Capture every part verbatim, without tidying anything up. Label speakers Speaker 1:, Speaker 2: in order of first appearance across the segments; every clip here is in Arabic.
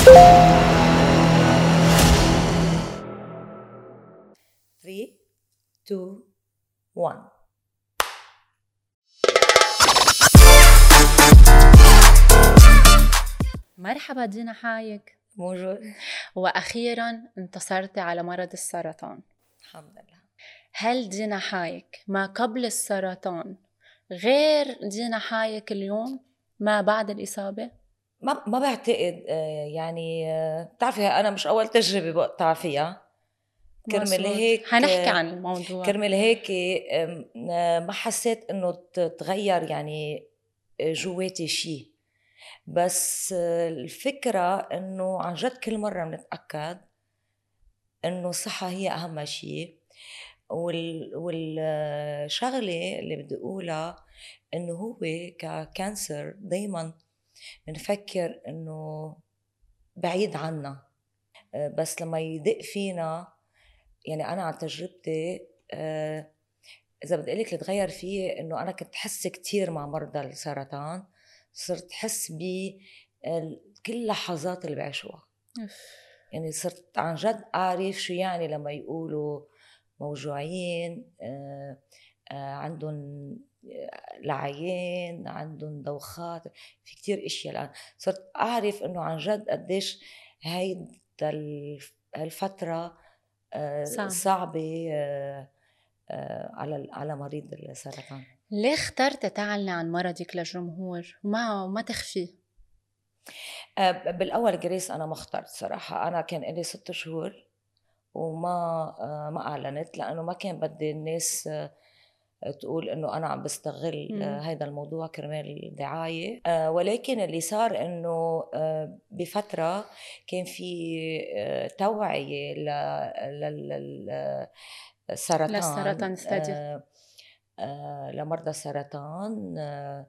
Speaker 1: ثلاثة اثنين واحد.
Speaker 2: مرحبا دينا حايك.
Speaker 1: موجود.
Speaker 2: وأخيراً انتصرتي على مرض السرطان.
Speaker 1: الحمد لله.
Speaker 2: هل دينا حايك ما قبل السرطان غير دينا حايك اليوم ما بعد الإصابة؟
Speaker 1: ما ما بعتقد. يعني بتعرفي أنا مش أول تجربة بقطع فيها. كرمال هيك
Speaker 2: حنحكي عن الموضوع.
Speaker 1: كرمال هيك ما حسيت إنه تغير يعني جواتي شيء. بس الفكرة إنه عن جد كل مرة بنتأكد إنه الصحة هي أهم شيء. وال والشغلة اللي بدي أقولها إنه هو ككانسر دايماً بنفكر إنه بعيد عنا، بس لما يدق فينا يعني أنا عن تجربتي إذا بدي أقولك اللي تغير فيه إنه أنا كنت حس كتير مع مرضى السرطان، صرت حس بكل لحظات اللي بعيشوها. يعني صرت عن جد أعرف شو يعني لما يقولوا موجوعين، آه آه عندهم لعيين، عندهم دوخات، في كتير اشياء. الان صرت اعرف انه عن جد قديش هيدا الفتره آه صعب. صعبه آه آه على على مريض السرطان.
Speaker 2: ليه اخترت تعلني عن مرضك للجمهور وما وما تخفي؟
Speaker 1: آه بالاول جريس انا ما اخترت صراحه. انا كان لي ست شهور وما آه ما اعلنت لانه ما كان بدي الناس آه تقول إنه أنا عم بستغل هذا الموضوع كرمال دعاية. آه ولكن اللي صار إنه آه بفترة كان في آه توعية للسرطان
Speaker 2: للسرطان
Speaker 1: آه آه لمرضى السرطان. آه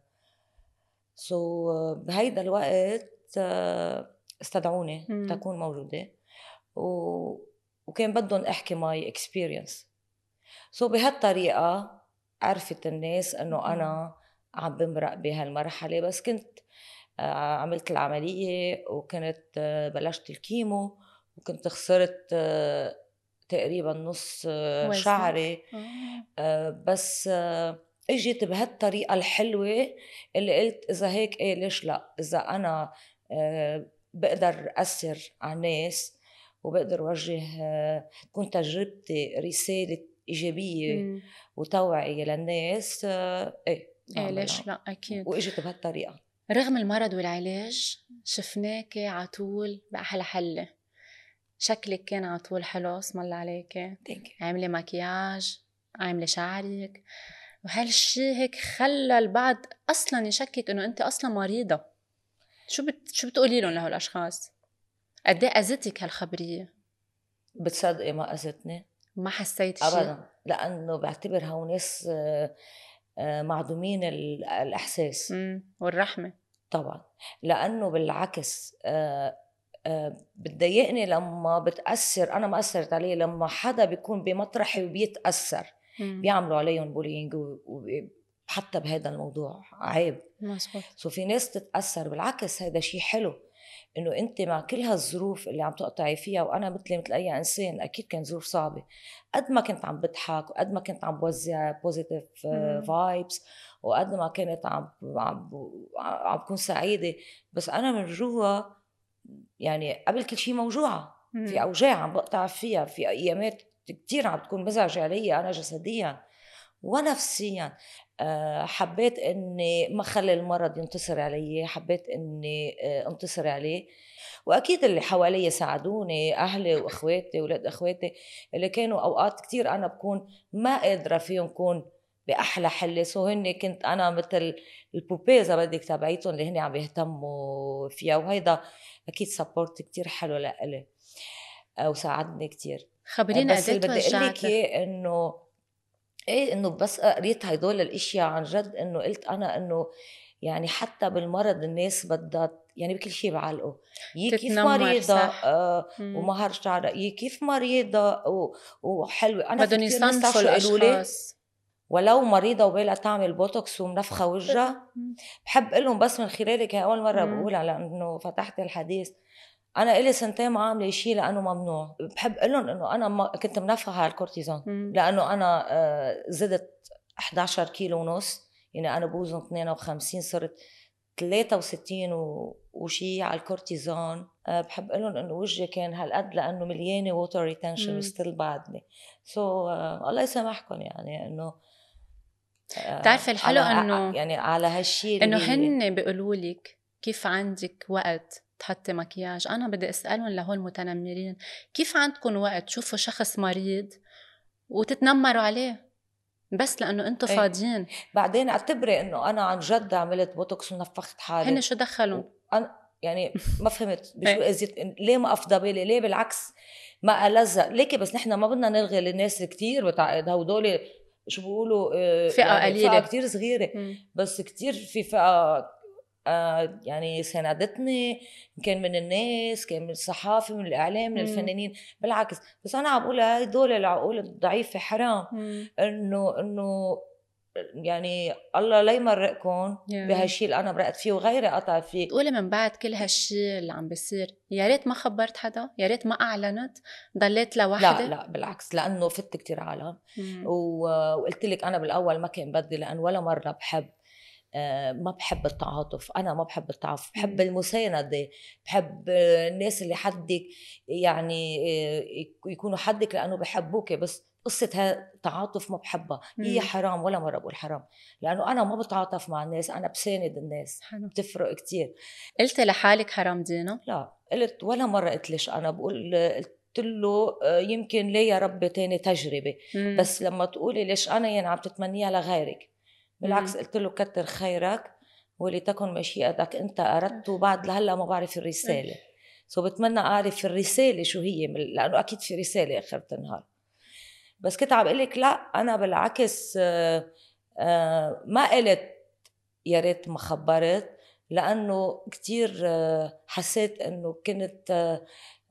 Speaker 1: سو بهيدا الوقت آه استدعوني مم. تكون موجودة و وكان بدهم أحكي ماي اكسبيرينس. سو بهالطريقة عرفت الناس أنه أنا عم بمرق بهالمرحلة. بس كنت عملت العملية وكنت بلشت الكيمو وكنت خسرت تقريبا نص شعري. بس اجيت بهالطريقة الحلوة اللي قلت إذا هيك إيه ليش لا. إذا أنا بقدر أثر على الناس وبقدر وجه تكون تجربتي رسالة إيجابية مم. وتوعية للناس، إيه,
Speaker 2: إيه ليش لا أكيد.
Speaker 1: وإجت بهالطريقة.
Speaker 2: رغم المرض والعلاج شفناك عطول بأحلى حلة. شكلك كان عطول حلو اسم الله عليك. عاملة مكياج، عاملة شعرك، وهالشي هيك خلى البعض أصلا يشكك إنه أنت أصلا مريضة. شو بت... شو بتقولي لهم لهول الأشخاص؟ قد ايه أذتك هالخبرية؟
Speaker 1: بتصدقي ما أذتني؟
Speaker 2: ما حسيت شيء
Speaker 1: أبدا، لأنه بعتبرها وناس معدومين الإحساس
Speaker 2: والرحمة.
Speaker 1: طبعا، لأنه بالعكس بتضايقني لما بتأثر. أنا ما أثرت عليه لما حدا بيكون بمطرحي وبيتأثر مم. بيعملوا عليهم بولينج وحتى بهذا الموضوع عيب.
Speaker 2: مزبوط.
Speaker 1: سو في ناس تتأثر، بالعكس هذا شيء حلو إنه أنت مع كل هالظروف اللي عم تقطعي فيها. وأنا مثلي مثل أي إنسان أكيد كان ظروف صعبة. قد ما كنت عم بضحك وقد ما كنت عم بوزع بوزيتيف فايبس وقد ما كنت عم عم عم بكون سعيدة، بس أنا من جوا يعني قبل كل شيء موجوعة. مم. في أوجاع عم بقطع فيها، في أيامات كتير عم بتكون مزعجة علي أنا جسديا ونفسيا. حبيت اني ما خلي المرض ينتصر علي، حبيت اني انتصر عليه. واكيد اللي حوالي ساعدوني، اهلي واخواتي ولاد اخواتي اللي كانوا اوقات كتير انا بكون ما قادره فيهم كون باحلى حله. سو هن كنت انا مثل البوبي اذا بدك تبعيتهم اللي هن عم يهتموا فيها، وهيدا اكيد سبورت كتير حلو لإلي وساعدني كتير.
Speaker 2: خبرينا
Speaker 1: بس اللي بدي اقول لك انه ايه انه بس قريت هيدول الاشياء عن جد انه قلت انا انه يعني حتى بالمرض الناس بدها يعني بكل شيء بعلقوا يي كيف مريضة آه ومهر شعرها، يي كيف مريضة وحلوة. انا في كتير ناس شو قالوا لي ولو مريضة وبالها تعمل بوتوكس ومنفخة وجهها، بحب قلهم بس من خلالك هي اول مرة بقولها لانه فتحت الحديث انا الي سنتين ما عامله شيء لانه ممنوع. بحب اقول لهم انه انا ما كنت منفخه على الكورتيزون
Speaker 2: مم.
Speaker 1: لانه انا آه، زدت إحدى عشر كيلو ونص، يعني انا بوزن اثنين وخمسين صرت ثلاثة وستين و... وشي على الكورتيزون. أه بحب اقول لهم انه وجهي كان هالقد لانه مليانه ووتر ريتنشن وستيل بعدني. سو so, uh, الله يسامحكم يعني انه
Speaker 2: بتعرفي الحلو انه
Speaker 1: يعني على هالشيء
Speaker 2: انه هن بيقولوا لك كيف عندك وقت تحطي مكياج. انا بدي اسالهم لهول المتنمرين كيف عندكم وقت تشوفوا شخص مريض وتتنمروا عليه بس لانه انتم فاضيين؟
Speaker 1: بعدين اعتبري انه انا عن جد عملت بوتوكس ونفخت حالي.
Speaker 2: هن شو دخلوا؟
Speaker 1: انا يعني ما فهمت بشو اذيت، ليه ما افضى بالي؟ ليه بالعكس ما ألزق ليكي؟ بس نحن ما بدنا نلغي للناس كتير بتاعد هودول شو بيقولوا
Speaker 2: فئة
Speaker 1: يعني
Speaker 2: قليلة،
Speaker 1: فئة كتير صغيرة.
Speaker 2: مم.
Speaker 1: بس كتير في فئة آه يعني ساندتني، كان من الناس، كان من الصحافة، من الإعلام، من الفنانين. بالعكس بس أنا عم بقول هدول العقول الضعيفة حرام إنه إنه يعني الله لا يمرقكم yeah. بهالشيء اللي أنا مرقت فيه وغيري قطع فيه.
Speaker 2: تقولي من بعد كل هالشيء اللي عم بيصير يا ريت ما خبرت حدا، يا ريت ما أعلنت، ضليت لوحدي؟
Speaker 1: لا لا بالعكس، لأنه فت كتير عالم وقلت لك أنا بالأول ما كان بدي، لأن ولا مرة بحب آه ما بحب التعاطف. أنا ما بحب التعاطف، بحب مم. المساندة، بحب الناس اللي حدك يعني يكونوا حدك لأنه بحبوك. بس قصة هالتعاطف ما بحبها، هي حرام. ولا مرة بقول حرام لأنه أنا ما بتعاطف مع الناس، أنا بساند الناس. حلو. بتفرق كتير.
Speaker 2: قلت لحالك حرام دينا؟
Speaker 1: لا قلت ولا مرة قلت ليش. أنا بقول قلت له يمكن ليه يا رب تاني تجربة. مم. بس لما تقولي ليش أنا يعني عم تتمنيها لغيرك، بالعكس مم. قلت له كتر خيرك ولتكن مشيئتك أنت أردت. وبعد لهلا ما بعرف الرسالة، سو بتمنى أعرف الرسالة شو هي، لأنه أكيد في رسالة آخرة النهار. بس كنت عم قلك لا، أنا بالعكس آآ آآ ما قلت يا ريت ما خبرت، لأنه كتير حسيت أنه كنت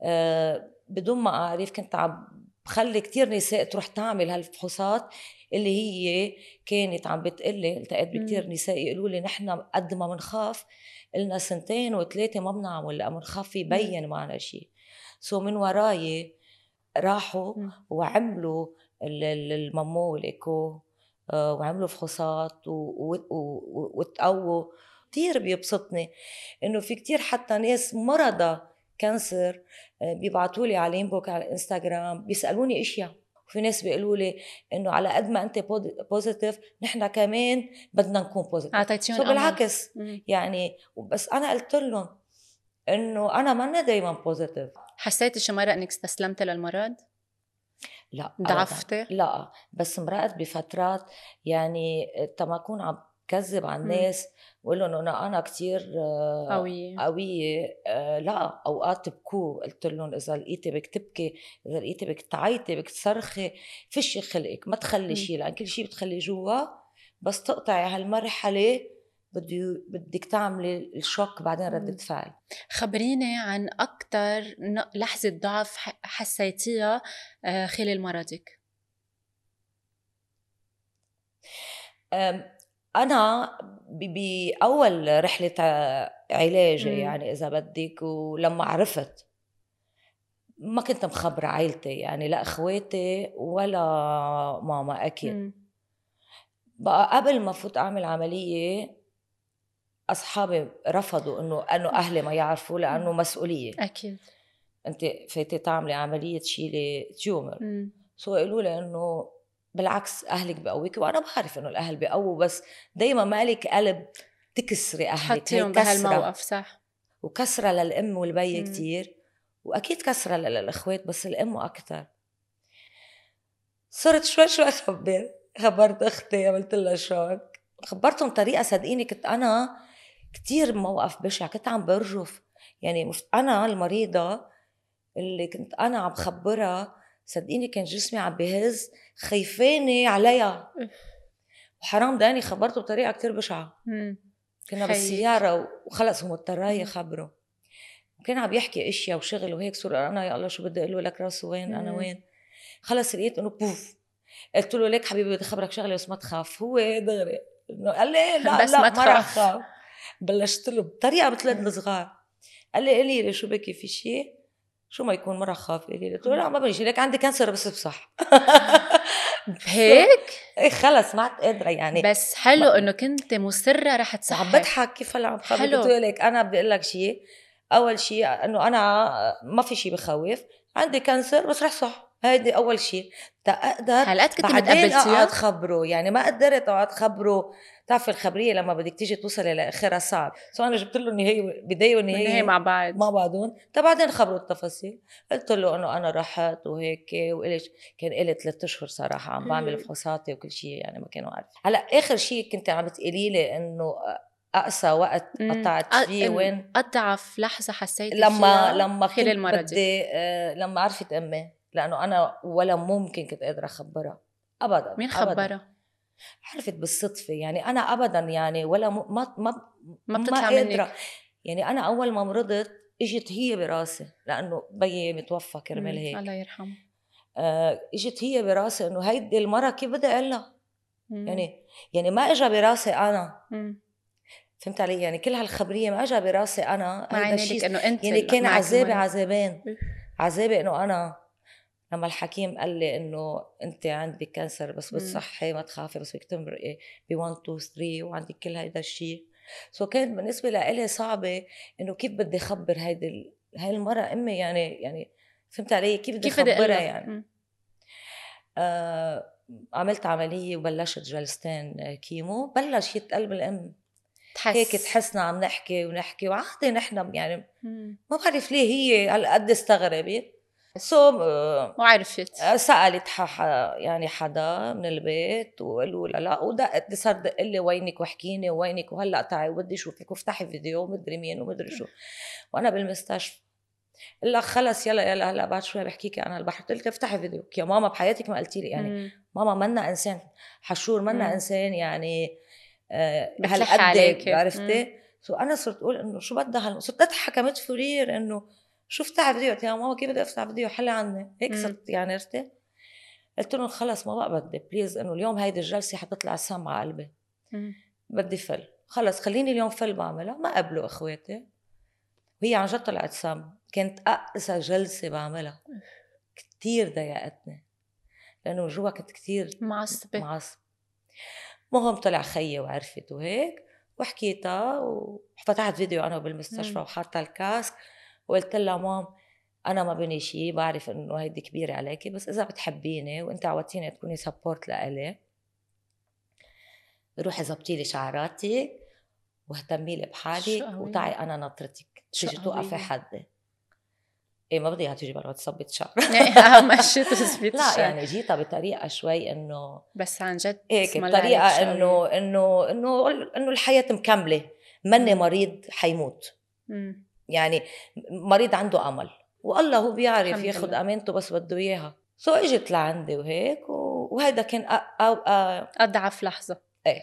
Speaker 1: بدون ما أعرف كنت عم بخلي كتير نساء تروح تعمل هالفحوصات اللي هي كانت عم بتقلي. التقيت بكتير نساء يقولوا لي نحن قد ما منخاف لنا سنتين وثلاثة ما بنعمل لأ منخاف يبين معنا شيء. سو من وراي راحوا وعملوا الممو والإيكو وعملوا فحوصات وتقووا. كتير بيبسطني إنه في كتير حتى ناس مرضى كانسر بيبعتوا لي على الانبوك على الانستغرام بيسألوني إشياء، وفي ناس بيقولوا لي إنه على قد ما أنت بوزيتيف نحن كمان بدنا نكون بوزيتيف. سو بالعكس يعني. بس أنا قلت لهم إنه أنا ما دايما بوزيتيف.
Speaker 2: حسيتي شي مرة إنك استسلمتي للمرض؟
Speaker 1: لا
Speaker 2: ضعفتي؟
Speaker 1: لا بس مرقت بفترات يعني تما أكون عم كذب على الناس وقول لهم أنا أنا كتير
Speaker 2: قوية
Speaker 1: قوية. لا أوقات تبكوا. قلت لهم إذا لقيتي بدك تبكي، إذا لقيتي بدك تعيطي، بدك تصرخي، فيش خلقك ما تخلي شيء، لأن كل شيء بتخلي جوا. بس تقطعي هالمرحلة بدي بدك تعملي الشوك بعدين ردة فعل.
Speaker 2: خبريني عن أكتر لحظة ضعف حسيتيها خلال مرضك.
Speaker 1: أنا بأول رحلة علاجي يعني إذا بدك، ولما عرفت ما كنت مخبرة عائلتي يعني لا أخواتي ولا ماما أكيد. م. بقى قبل ما فوت أعمل عملية أصحابي رفضوا إنه إنه أهلي ما يعرفوا لأنه مسؤولية.
Speaker 2: أكيد
Speaker 1: أنت فايتة تعملي عملية تشيلي تيومر. سو قالوا لي إنه بالعكس أهلك بقويك، وأنا بعرف إنه الأهل بقووا، بس دايما ما لك قلب تكسري أهلك.
Speaker 2: تحطيهم بهالموقف صح.
Speaker 1: وكسرة للأم والبي كتير، وأكيد كسرة للأخوات بس الأم أكتر. صرت شوي شوي أخبر خبرت أختي، عملت لها شوك، خبرتهم طريقة صدقيني كنت أنا كتير موقف بشع، كنت عم برجف يعني. أنا المريضة اللي كنت أنا عم خبرها صدقيني كان جسمي عم بهز، خيفاني عليها وحرام داني خبرته بطريقة كتير بشعة. كنا بالسيارة وخلص هم اضطروا يخبروا، وكان عم يحكي اشياء وشغل وهيك. صور انا يا الله شو بدي اقول له لك راسه وين انا وين. خلص لقيت انه بوف، قلت له ليك حبيبي بدي اخبرك شغله بس ما تخاف. هو دغري انه قال لي لا
Speaker 2: بس
Speaker 1: لا
Speaker 2: ما
Speaker 1: ما رح اخاف. بلشت له بطريقه مثل الصغار، قال لي قولي لي شو بكي في شيء شو ما يكون مرة خاف. قال لي قلت له لا ما بني شيء لك عندي كانسر بس بصح.
Speaker 2: هيك
Speaker 1: ايه خلص ما عاد قادرة يعني.
Speaker 2: بس حلو انه كنت مصرة رح تصحي.
Speaker 1: عم بضحك كيف هلا عم بخبرك. قلت لك انا بدي اقول لك شيء. اول شيء انه انا ما في شيء بخوف عندي كانسر بس رح صح. هيدي اول شيء تقدر
Speaker 2: حلقات كنت
Speaker 1: بعدين
Speaker 2: متقبلتيها
Speaker 1: اقعد خبره يعني ما قدرت اقعد خبره. تعرف الخبريه لما بدك تيجي توصلي لاخرها صعب. سو انا جبت له النهايه بدايه والنهايه
Speaker 2: مع بعض
Speaker 1: مع بعضهم. طب بعدين خبروا التفاصيل. قلت له انه انا رحت وهيك وإلي كان إلي ثلاث اشهر صراحه عم بعمل فحوصاتي وكل شيء يعني ما كانوا عارفين. هلا اخر شيء كنت عم تقولي لي انه اقصى وقت قطعت فيه وين
Speaker 2: اضعف لحظه حسيتي
Speaker 1: لما
Speaker 2: فيها
Speaker 1: لما
Speaker 2: خلال المرض
Speaker 1: بدي آه لما عرفت امي لانه انا ولا ممكن كنت قادره اخبرها ابدا.
Speaker 2: مين خبرها؟
Speaker 1: عرفت بالصدفه يعني انا ابدا يعني ولا م... ما ما
Speaker 2: ما بتطلع منك
Speaker 1: يعني. انا اول ما مرضت اجت هي براسي لانه بيي متوفى كرمال هيك
Speaker 2: الله يرحمه.
Speaker 1: آه اجت هي براسي انه هيدي المره كيف بدي اقول لها يعني يعني ما اجى براسي انا. مم. فهمت علي يعني كل هالخبريه ما اجى براسي انا.
Speaker 2: هذا الشيء انه انت
Speaker 1: يعني كان عذابي عذابين. عذابي انه انا لما الحكيم قال لي انه انت عندك كانسر بس بتصحي ما تخافي بس بدك تمرقي ب واحد اثنين ثلاثة وعندك كل هيدا الشيء. سو كان بالنسبه لي صعبه انه كيف بدي اخبر هيدي هاي المره امي يعني يعني فهمت علي كيف بدي اخبرها يعني. آه عملت عمليه وبلشت جلستين كيمو. بلش يتقلب الام تحس. هيك تحسنا عم نحكي ونحكي وعادي نحن يعني مم. ما بعرف ليه هي هالقد استغربت. سو
Speaker 2: وعرفت
Speaker 1: سألت يعني حدا من البيت وقالوا لا لا ودقت صار دق لي وينك واحكيني وينك وهلا تعي وبدي اشوفك وافتحي فيديو ومدري مين ومدري شو. وانا بالمستشفى الا خلص يلا يلا هلا بعد شوي بحكيكي انا البحر. قلت لك افتحي فيديو يا ماما بحياتك ما قلتي لي يعني مم. ماما منا انسان حشور منا مم. انسان يعني آه هالقد عرفتي. سو انا صرت اقول انه شو بدها هال... صرت اضحك كمت فورير انه شو افتح فيديو. قلت يا ماما كيف بدي افتح فيديو حلي عني هيك صرت يعني عرفتي. قلت لهم خلص ما بقى بدي بليز انه اليوم هيدي الجلسه حتطلع سام على قلبي مم. بدي فل خلص خليني اليوم فل بعملها. ما قبلوا اخواتي وهي عن جد طلعت سام. كانت اقسى جلسه بعملها كتير ضايقتني لانه جوا كنت كتير
Speaker 2: معصبه
Speaker 1: معصب. مهم طلع خيي وعرفت وهيك وحكيتها وفتحت فيديو انا بالمستشفى وحاطه الكاسك وقلت لها مام انا ما بني شيء بعرف انه هيدي كبيره عليكي بس اذا بتحبيني وانت عودتيني تكوني سبورت لإلي روحي زبطي لي شعراتي واهتمي لي بحالك وتعي انا ناطرتك تيجي توقفي حدي. ايه ما بدي اياها تيجي برا تصبت شعر
Speaker 2: ماشي تثبت
Speaker 1: لا يعني جيتها بطريقه شوي انه
Speaker 2: بس عن جد
Speaker 1: هيك بطريقه انه انه انه انه الحياه مكمله مني مريض حيموت مم. يعني مريض عنده امل والله هو بيعرف ياخد امانته بس بده اياها. سو اجت لعندي وهيك وهذا كان أ... أ... أ...
Speaker 2: اضعف لحظه.
Speaker 1: ايه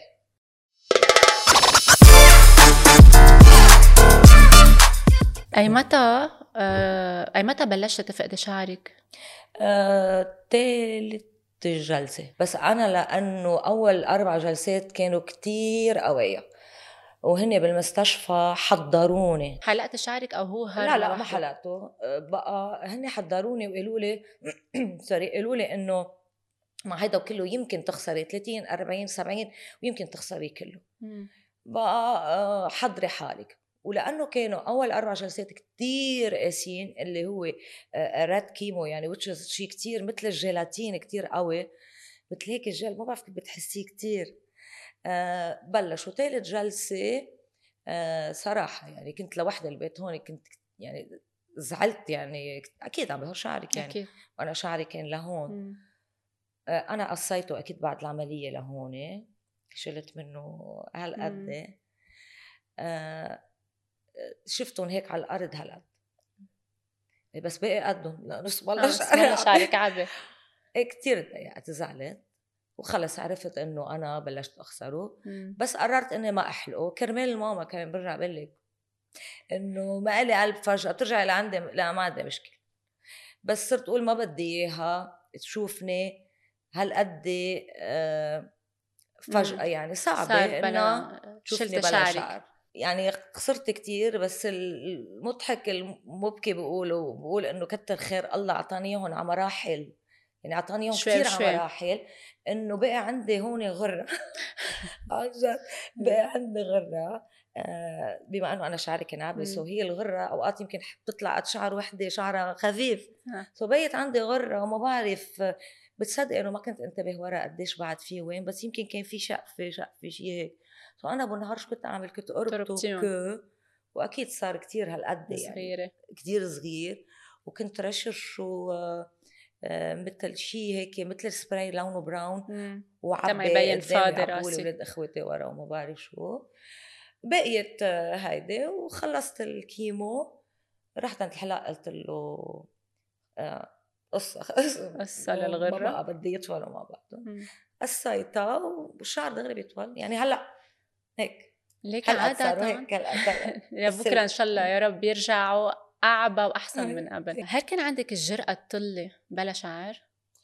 Speaker 2: اي متى اي متى بلشت تفقدي شعرك؟
Speaker 1: آه... تالت جلسه بس انا لانه اول اربع جلسات كانوا كتير قويه وهن بالمستشفى حضروني.
Speaker 2: حلقت شعرك او هو هر؟
Speaker 1: لا لا ما حلقته بقى. هن حضروني وقالوا لي سوري قالوا لي انه مع هيدا وكله يمكن تخسري ثلاثين أربعين سبعين ويمكن تخسري كله. مم. بقى حضري حالك. ولانه كانوا اول اربع جلسات كتير قاسيين اللي هو راد كيمو يعني وتش شيء كتير مثل الجيلاتين كتير قوي مثل هيك الجل ما بعرف كيف بتحسيه كتير. أه بلشوا ثالث جلسة أه صراحة يعني كنت لوحدة البيت هون كنت يعني زعلت يعني أكيد عم بهور شعرك يعني أكيد. وأنا شعري كان لهون أه أنا قصيته أكيد بعد العملية لهون شلت منه هالقد أه شفتهم هيك على الأرض هالقد بس باقي قدهم نص والله
Speaker 2: شعري شعرك عبي
Speaker 1: كتير ضايقت زعلت وخلص عرفت انه انا بلشت اخسره. مم. بس قررت اني ما احلقه كرمال ماما كمان برجع بقول لك انه ما لي قلب فجأة ترجعي لعندي لا ما عندي مشكلة. بس صرت اقول ما بدي اياها تشوفني هالقد آه فجأة. مم. يعني صعبة انه تشوفني بلا شعر يعني خسرت كتير، بس المضحك المبكي بقوله بقول إنه كتر خير الله عطاني إياهم على مراحل، يعني عطاني إياهم كتير على مراحل، إنه بقى عندي هون غرة عن جد بقى عندي غرة. آه بما إنه أنا شعري كنابس وهي الغرة أوقات يمكن بتطلع قد شعر وحدة شعرها خفيف، سو بقيت عندي غرة وما بعرف بتصدق إنه ما كنت انتبه ورا قديش بعد فيه وين، بس يمكن كان في شقفة شقفة شيء هيك. سو أنا بالنهار شو كنت أعمل؟ كنت أربطه كو، وأكيد صار كتير هالقد يعني كتير صغير، وكنت رششه آه مثل شيء هيك مثل سبراي لونه براون وعبي قدامي عبولي ولاد اخوتي ورا وما بعرف شو. بقيت آه هيدي وخلصت الكيمو، رحت عند الحلاق قلت له آه قصة
Speaker 2: قصة للغرة
Speaker 1: ما بقى بدي يطول وما بعده، قصيتها والشعر دغري بيطول. يعني هلا هيك
Speaker 2: ليك عادة
Speaker 1: هيك
Speaker 2: يا بكرة إن شاء الله يا رب يرجعوا أعبى وأحسن من قبل. هل كان عندك الجرأة تطلي بلا شعر؟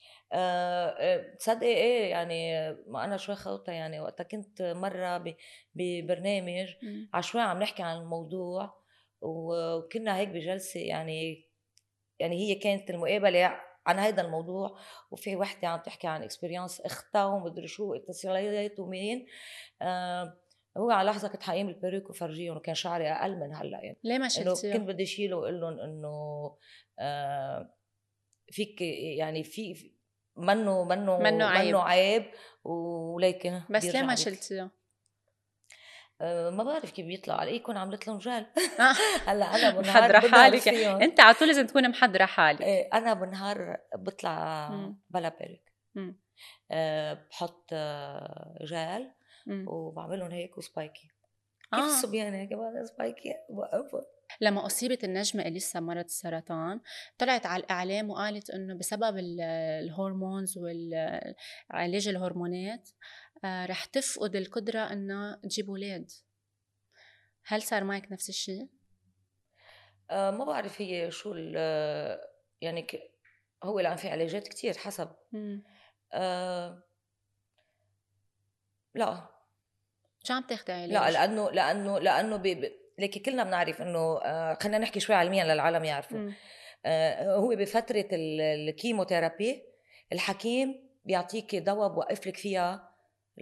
Speaker 1: أه تصدقي ايه يعني ما انا شوي خوطه. يعني وقتها كنت مره ببرنامج عشوائي عم نحكي عن الموضوع وكنا هيك بجلسه، يعني يعني هي كانت المقابله عن هذا الموضوع، وفي وحده عم تحكي عن اكسبيرينس اختها ومدري شو اتصالات ومين. أه هو على لحظه كنت حقيم البيروك وفرجيهم وكان شعري اقل من هلا. يعني
Speaker 2: ليه ما شلتيه؟
Speaker 1: كنت بدي اشيله واقول لهم انه أه فيك يعني في منه منه
Speaker 2: منه عيب,
Speaker 1: منه عيب ولكن
Speaker 2: بس ليه ما شلتيه؟
Speaker 1: أه ما بعرف كيف بيطلع على يكون عملت لهم جل.
Speaker 2: آه.
Speaker 1: هلا انا بالنهار
Speaker 2: محضره حالك انت على طول لازم تكوني محضره حالك.
Speaker 1: ايه انا بالنهار بطلع مم. بلا بيرك أه بحط جل مم. وبعملهم هيك وسبايكي كيف آه. الصبيان هيك بعمل سبايكي بوقفهم.
Speaker 2: لما أصيبت النجمة إليسا مرض السرطان طلعت على الإعلام وقالت إنه بسبب الهرمونز والعلاج الهرمونات رح تفقد القدرة إنه تجيب أولاد. هل صار معك نفس الشيء؟
Speaker 1: أه ما بعرف هي شو يعني ك... هو الآن في علاجات كتير حسب. أه لا
Speaker 2: شو عم تاخدي علاج؟
Speaker 1: لا لأنه لأنه لأنه ب... لكن كلنا بنعرف إنه آه خلينا نحكي شوي علميا للعالم يعرفوا. آه هو بفترة الكيموثيرابي الحكيم بيعطيك دواء بوقف لك فيها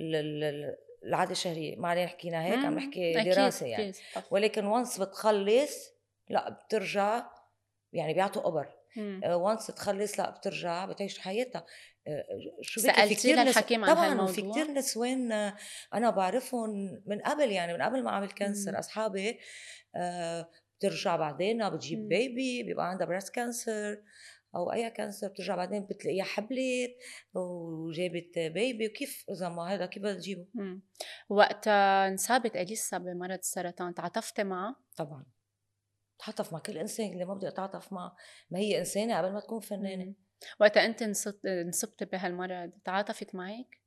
Speaker 1: العادة الشهرية. ما علينا حكينا هيك، عم نحكي دراسة يعني. ولكن وانس بتخلص لا بترجع، يعني بيعطوا قبر وانس تخلص لا بترجع بتعيش حياتها.
Speaker 2: شو سألتي في للحكيم عن
Speaker 1: طبعا
Speaker 2: هالموضوع؟
Speaker 1: في كتير نسوان انا بعرفهم من قبل، يعني من قبل ما اعمل كانسر. مم. اصحابي آه بترجع بعدين بتجيب مم. بيبي بيبقى عندها بريست كانسر او اي كانسر، بترجع بعدين بتلاقيها حبلت وجابت بيبي. وكيف اذا ما هذا كيف بدها تجيبه؟
Speaker 2: وقت انصابت اليسا بمرض السرطان تعاطفتي معها؟
Speaker 1: طبعا تعاطف مع كل انسان اللي ما بده يتعاطف معه، ما هي انسانه قبل ما تكون فنانه.
Speaker 2: وقتا انت انصبتي بهالمرض تعاطفت معك؟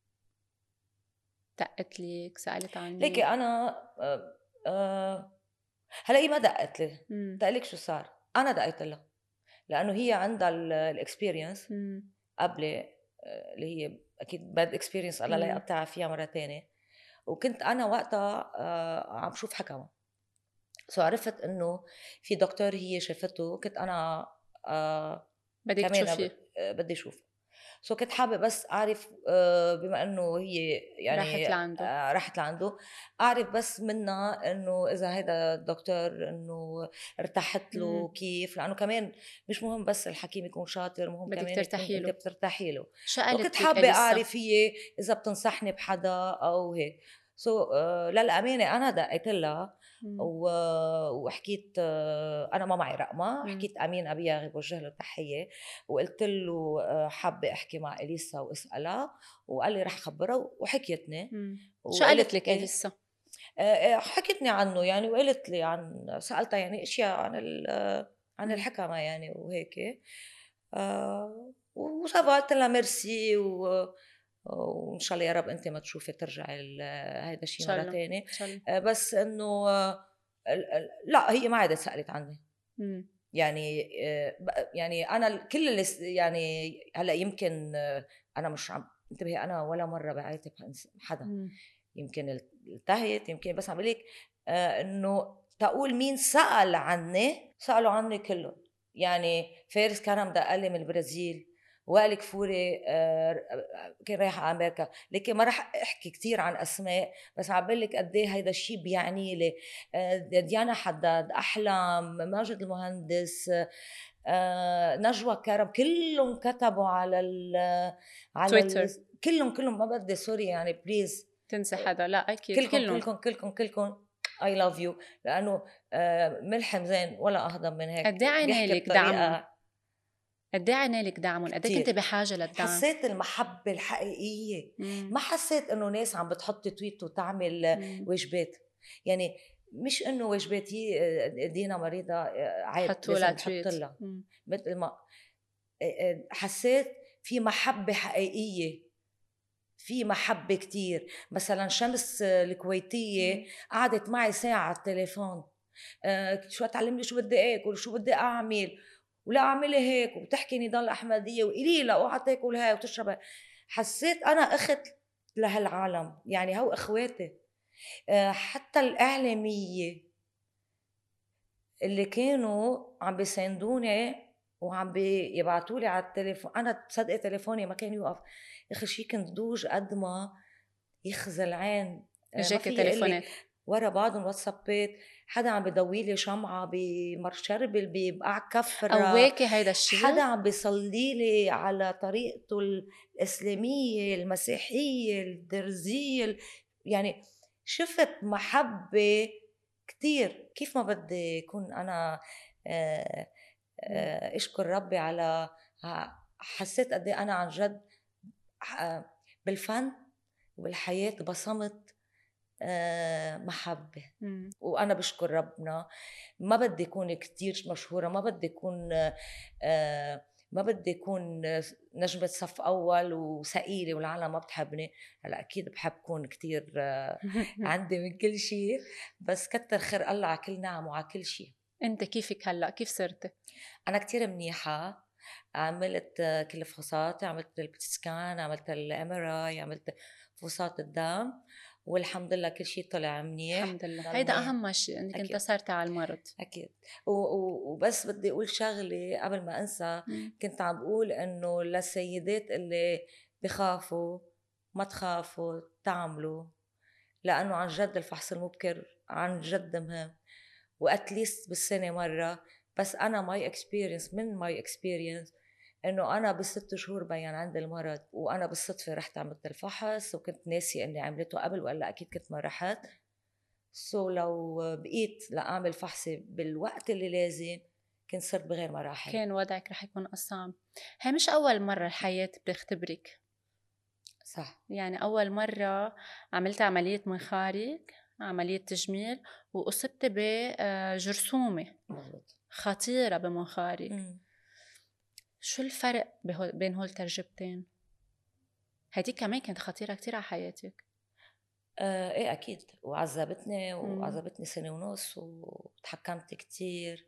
Speaker 2: دقت لك سالت عنك؟
Speaker 1: ليكي انا أه أه هلا ما دقت لي، دقلك شو صار؟ انا دقيت لها لانه هي عندها الاكسبيرينس قبل اللي هي اكيد باد اكسبيرينس الله لا يقطعها فيها مره ثانيه. وكنت انا وقتها أه عم شوف حكمه، سو عرفت انه في دكتور هي شافته. كنت انا أه
Speaker 2: بدك تشوفي
Speaker 1: بدي اشوف. سو كنت حابه بس اعرف بما انه هي يعني
Speaker 2: راحت لعنده
Speaker 1: راحت لعنده اعرف بس منها انه اذا هذا الدكتور انه ارتحت له مم. كيف، لانه كمان مش مهم بس الحكيم يكون شاطر، مهم
Speaker 2: بدك
Speaker 1: كمان
Speaker 2: ترتاحي له.
Speaker 1: انت بترتاحي له.
Speaker 2: كنت
Speaker 1: حابه اعرف هي اذا بتنصحني بحدا او هيك. سو so, uh, للامانه انا دقيت لها و... وحكيت uh, انا ما معي رقمها، حكيت امين ابيها بوجه له تحيه وقلت له uh, حابه احكي مع اليسا واسالها، وقال لي رح خبرها وحكيتني.
Speaker 2: شو قالت لك اليسا؟
Speaker 1: uh, حكتني عنه يعني، وقالت لي عن سالتها يعني اشياء عن عن الحكمه يعني وهيك. uh, وقلت لها ميرسي و وان شاء الله يا رب انت ما تشوفي ترجعي هيدا الشيء مره ثانيه. بس انه لا هي ما عادت سالت عني. مم. يعني يعني انا كل اللي يعني هلا يمكن انا مش عم انتبهي انا ولا مره بعاتب حدا. مم. يمكن التهيت يمكن، بس عم بقول لك آه انه تقول مين سأل عني، سألوا عني كلهم. يعني فارس كرم دق لي من البرازيل، وائل كفوري آه كان رايح على امريكا، لكن ما رح احكي كتير عن اسماء، بس عم بقول لك قد ايه هيدا الشيء بيعني لي. آه ديانا حداد، احلام، ماجد المهندس، آه نجوى كرم، كلهم كتبوا على ال على ال
Speaker 2: تويتر.
Speaker 1: كلهم كلهم ما بدي سوري يعني بليز
Speaker 2: تنسى حدا؟ لا اكيد
Speaker 1: كلكم
Speaker 2: كلهم.
Speaker 1: كلكم كلكم كلكم I love you، لأنه آه ملحم زين ولا أهضم من هيك،
Speaker 2: قد ايه
Speaker 1: بيحكي
Speaker 2: عنالك دعمهم؟
Speaker 1: بطريقة
Speaker 2: قد ايه عنالك دعمهم؟ قد ايه كنت
Speaker 1: كتير.
Speaker 2: بحاجه للدعم؟
Speaker 1: حسيت المحبة الحقيقية،
Speaker 2: مم.
Speaker 1: ما حسيت إنه ناس عم بتحط تويت وتعمل
Speaker 2: مم.
Speaker 1: واجبات. يعني مش إنه واجبات هي دينا مريضة عيب
Speaker 2: حطوا لها
Speaker 1: لازم نحط
Speaker 2: تويت.
Speaker 1: لها،
Speaker 2: مم.
Speaker 1: مثل ما حسيت في محبة حقيقية، في محبة كتير. مثلا شمس الكويتية قعدت معي ساعة على التليفون، آه شو تعلمني شو بدي اكل وشو بدي اعمل، ولا اعملي هيك، وبتحكي نضال احمدية وقليلة اوعى تاكل هاي وتشرب. حسيت انا اخت لهالعالم، يعني هو اخواتي. آه حتى الاعلامية اللي كانوا عم بيساندوني وعم بيبعتوا لي على التليفون، انا تصدقي تليفوني ما كان يوقف. اخي شي كنت دوج قد ما يخزى العين. ما
Speaker 2: اجاكي
Speaker 1: في قلك
Speaker 2: تليفونات
Speaker 1: ورا بعضهم واتسابات، حدا عم بضوي لي شمعة بمرشربل ببقع كفرة،
Speaker 2: قواكي هيدا الشيء؟
Speaker 1: حدا عم بيصلي لي على طريقته الإسلامية المسيحية الدرزية. يعني شفت محبة كتير. كيف ما بدي يكون أنا آه، آه، أشكر ربي على، حسيت قد ايه أنا عن جد بالفن وبالحياة بصمت محبة.
Speaker 2: مم.
Speaker 1: وأنا بشكر ربنا. ما بدي أكون كتير مشهورة، ما بدي أكون ما بدي أكون نجمة صف أول وثقيلة والعالم ما بتحبني. هلا أكيد بحب أكون كتير عندي من كل شيء، بس كتر خير الله على كل نعم وعلى كل شيء.
Speaker 2: أنت كيفك هلأ؟ كيف صرتي؟
Speaker 1: أنا كتير منيحة. عملت كل الفحوصات، عملت البتسكان، عملت الام ار اي، عملت فحوصات الدم، والحمد لله كل شيء طلع منيح.
Speaker 2: الحمد لله، هيدا أهم شيء إنك انتصرتي على المرض.
Speaker 1: أكيد. وبس بدي أقول شغلة قبل ما أنسى.
Speaker 2: مم.
Speaker 1: كنت عم بقول إنه للسيدات اللي بخافوا ما تخافوا تعملوا، لأنه عن جد الفحص المبكر عن جد مهم، وأتليست بالسنة مرة. بس أنا ماي اكسبيرينس من ماي اكسبيرينس إنه أنا بست شهور بين عندي المرض، وأنا بالصدفة رحت عملت الفحص وكنت ناسي إني عملته قبل، وإلا أكيد كنت ما رحت. سو so لو بقيت لأعمل فحصي بالوقت اللي لازم كنت صرت بغير مراحل.
Speaker 2: كان وضعك رح يكون أصعب. هي مش أول مرة الحياة بتختبرك.
Speaker 1: صح.
Speaker 2: يعني أول مرة عملت عملية منخارج، عملية تجميل، وأصبت بجرثومة خطيرة بمنخارج. شو الفرق بين هول التجربتين؟ هديك كمان كانت خطيرة كتير على حياتك.
Speaker 1: آه ايه اكيد، وعذبتني وعذبتني سنه ونص وتحكمت كتير.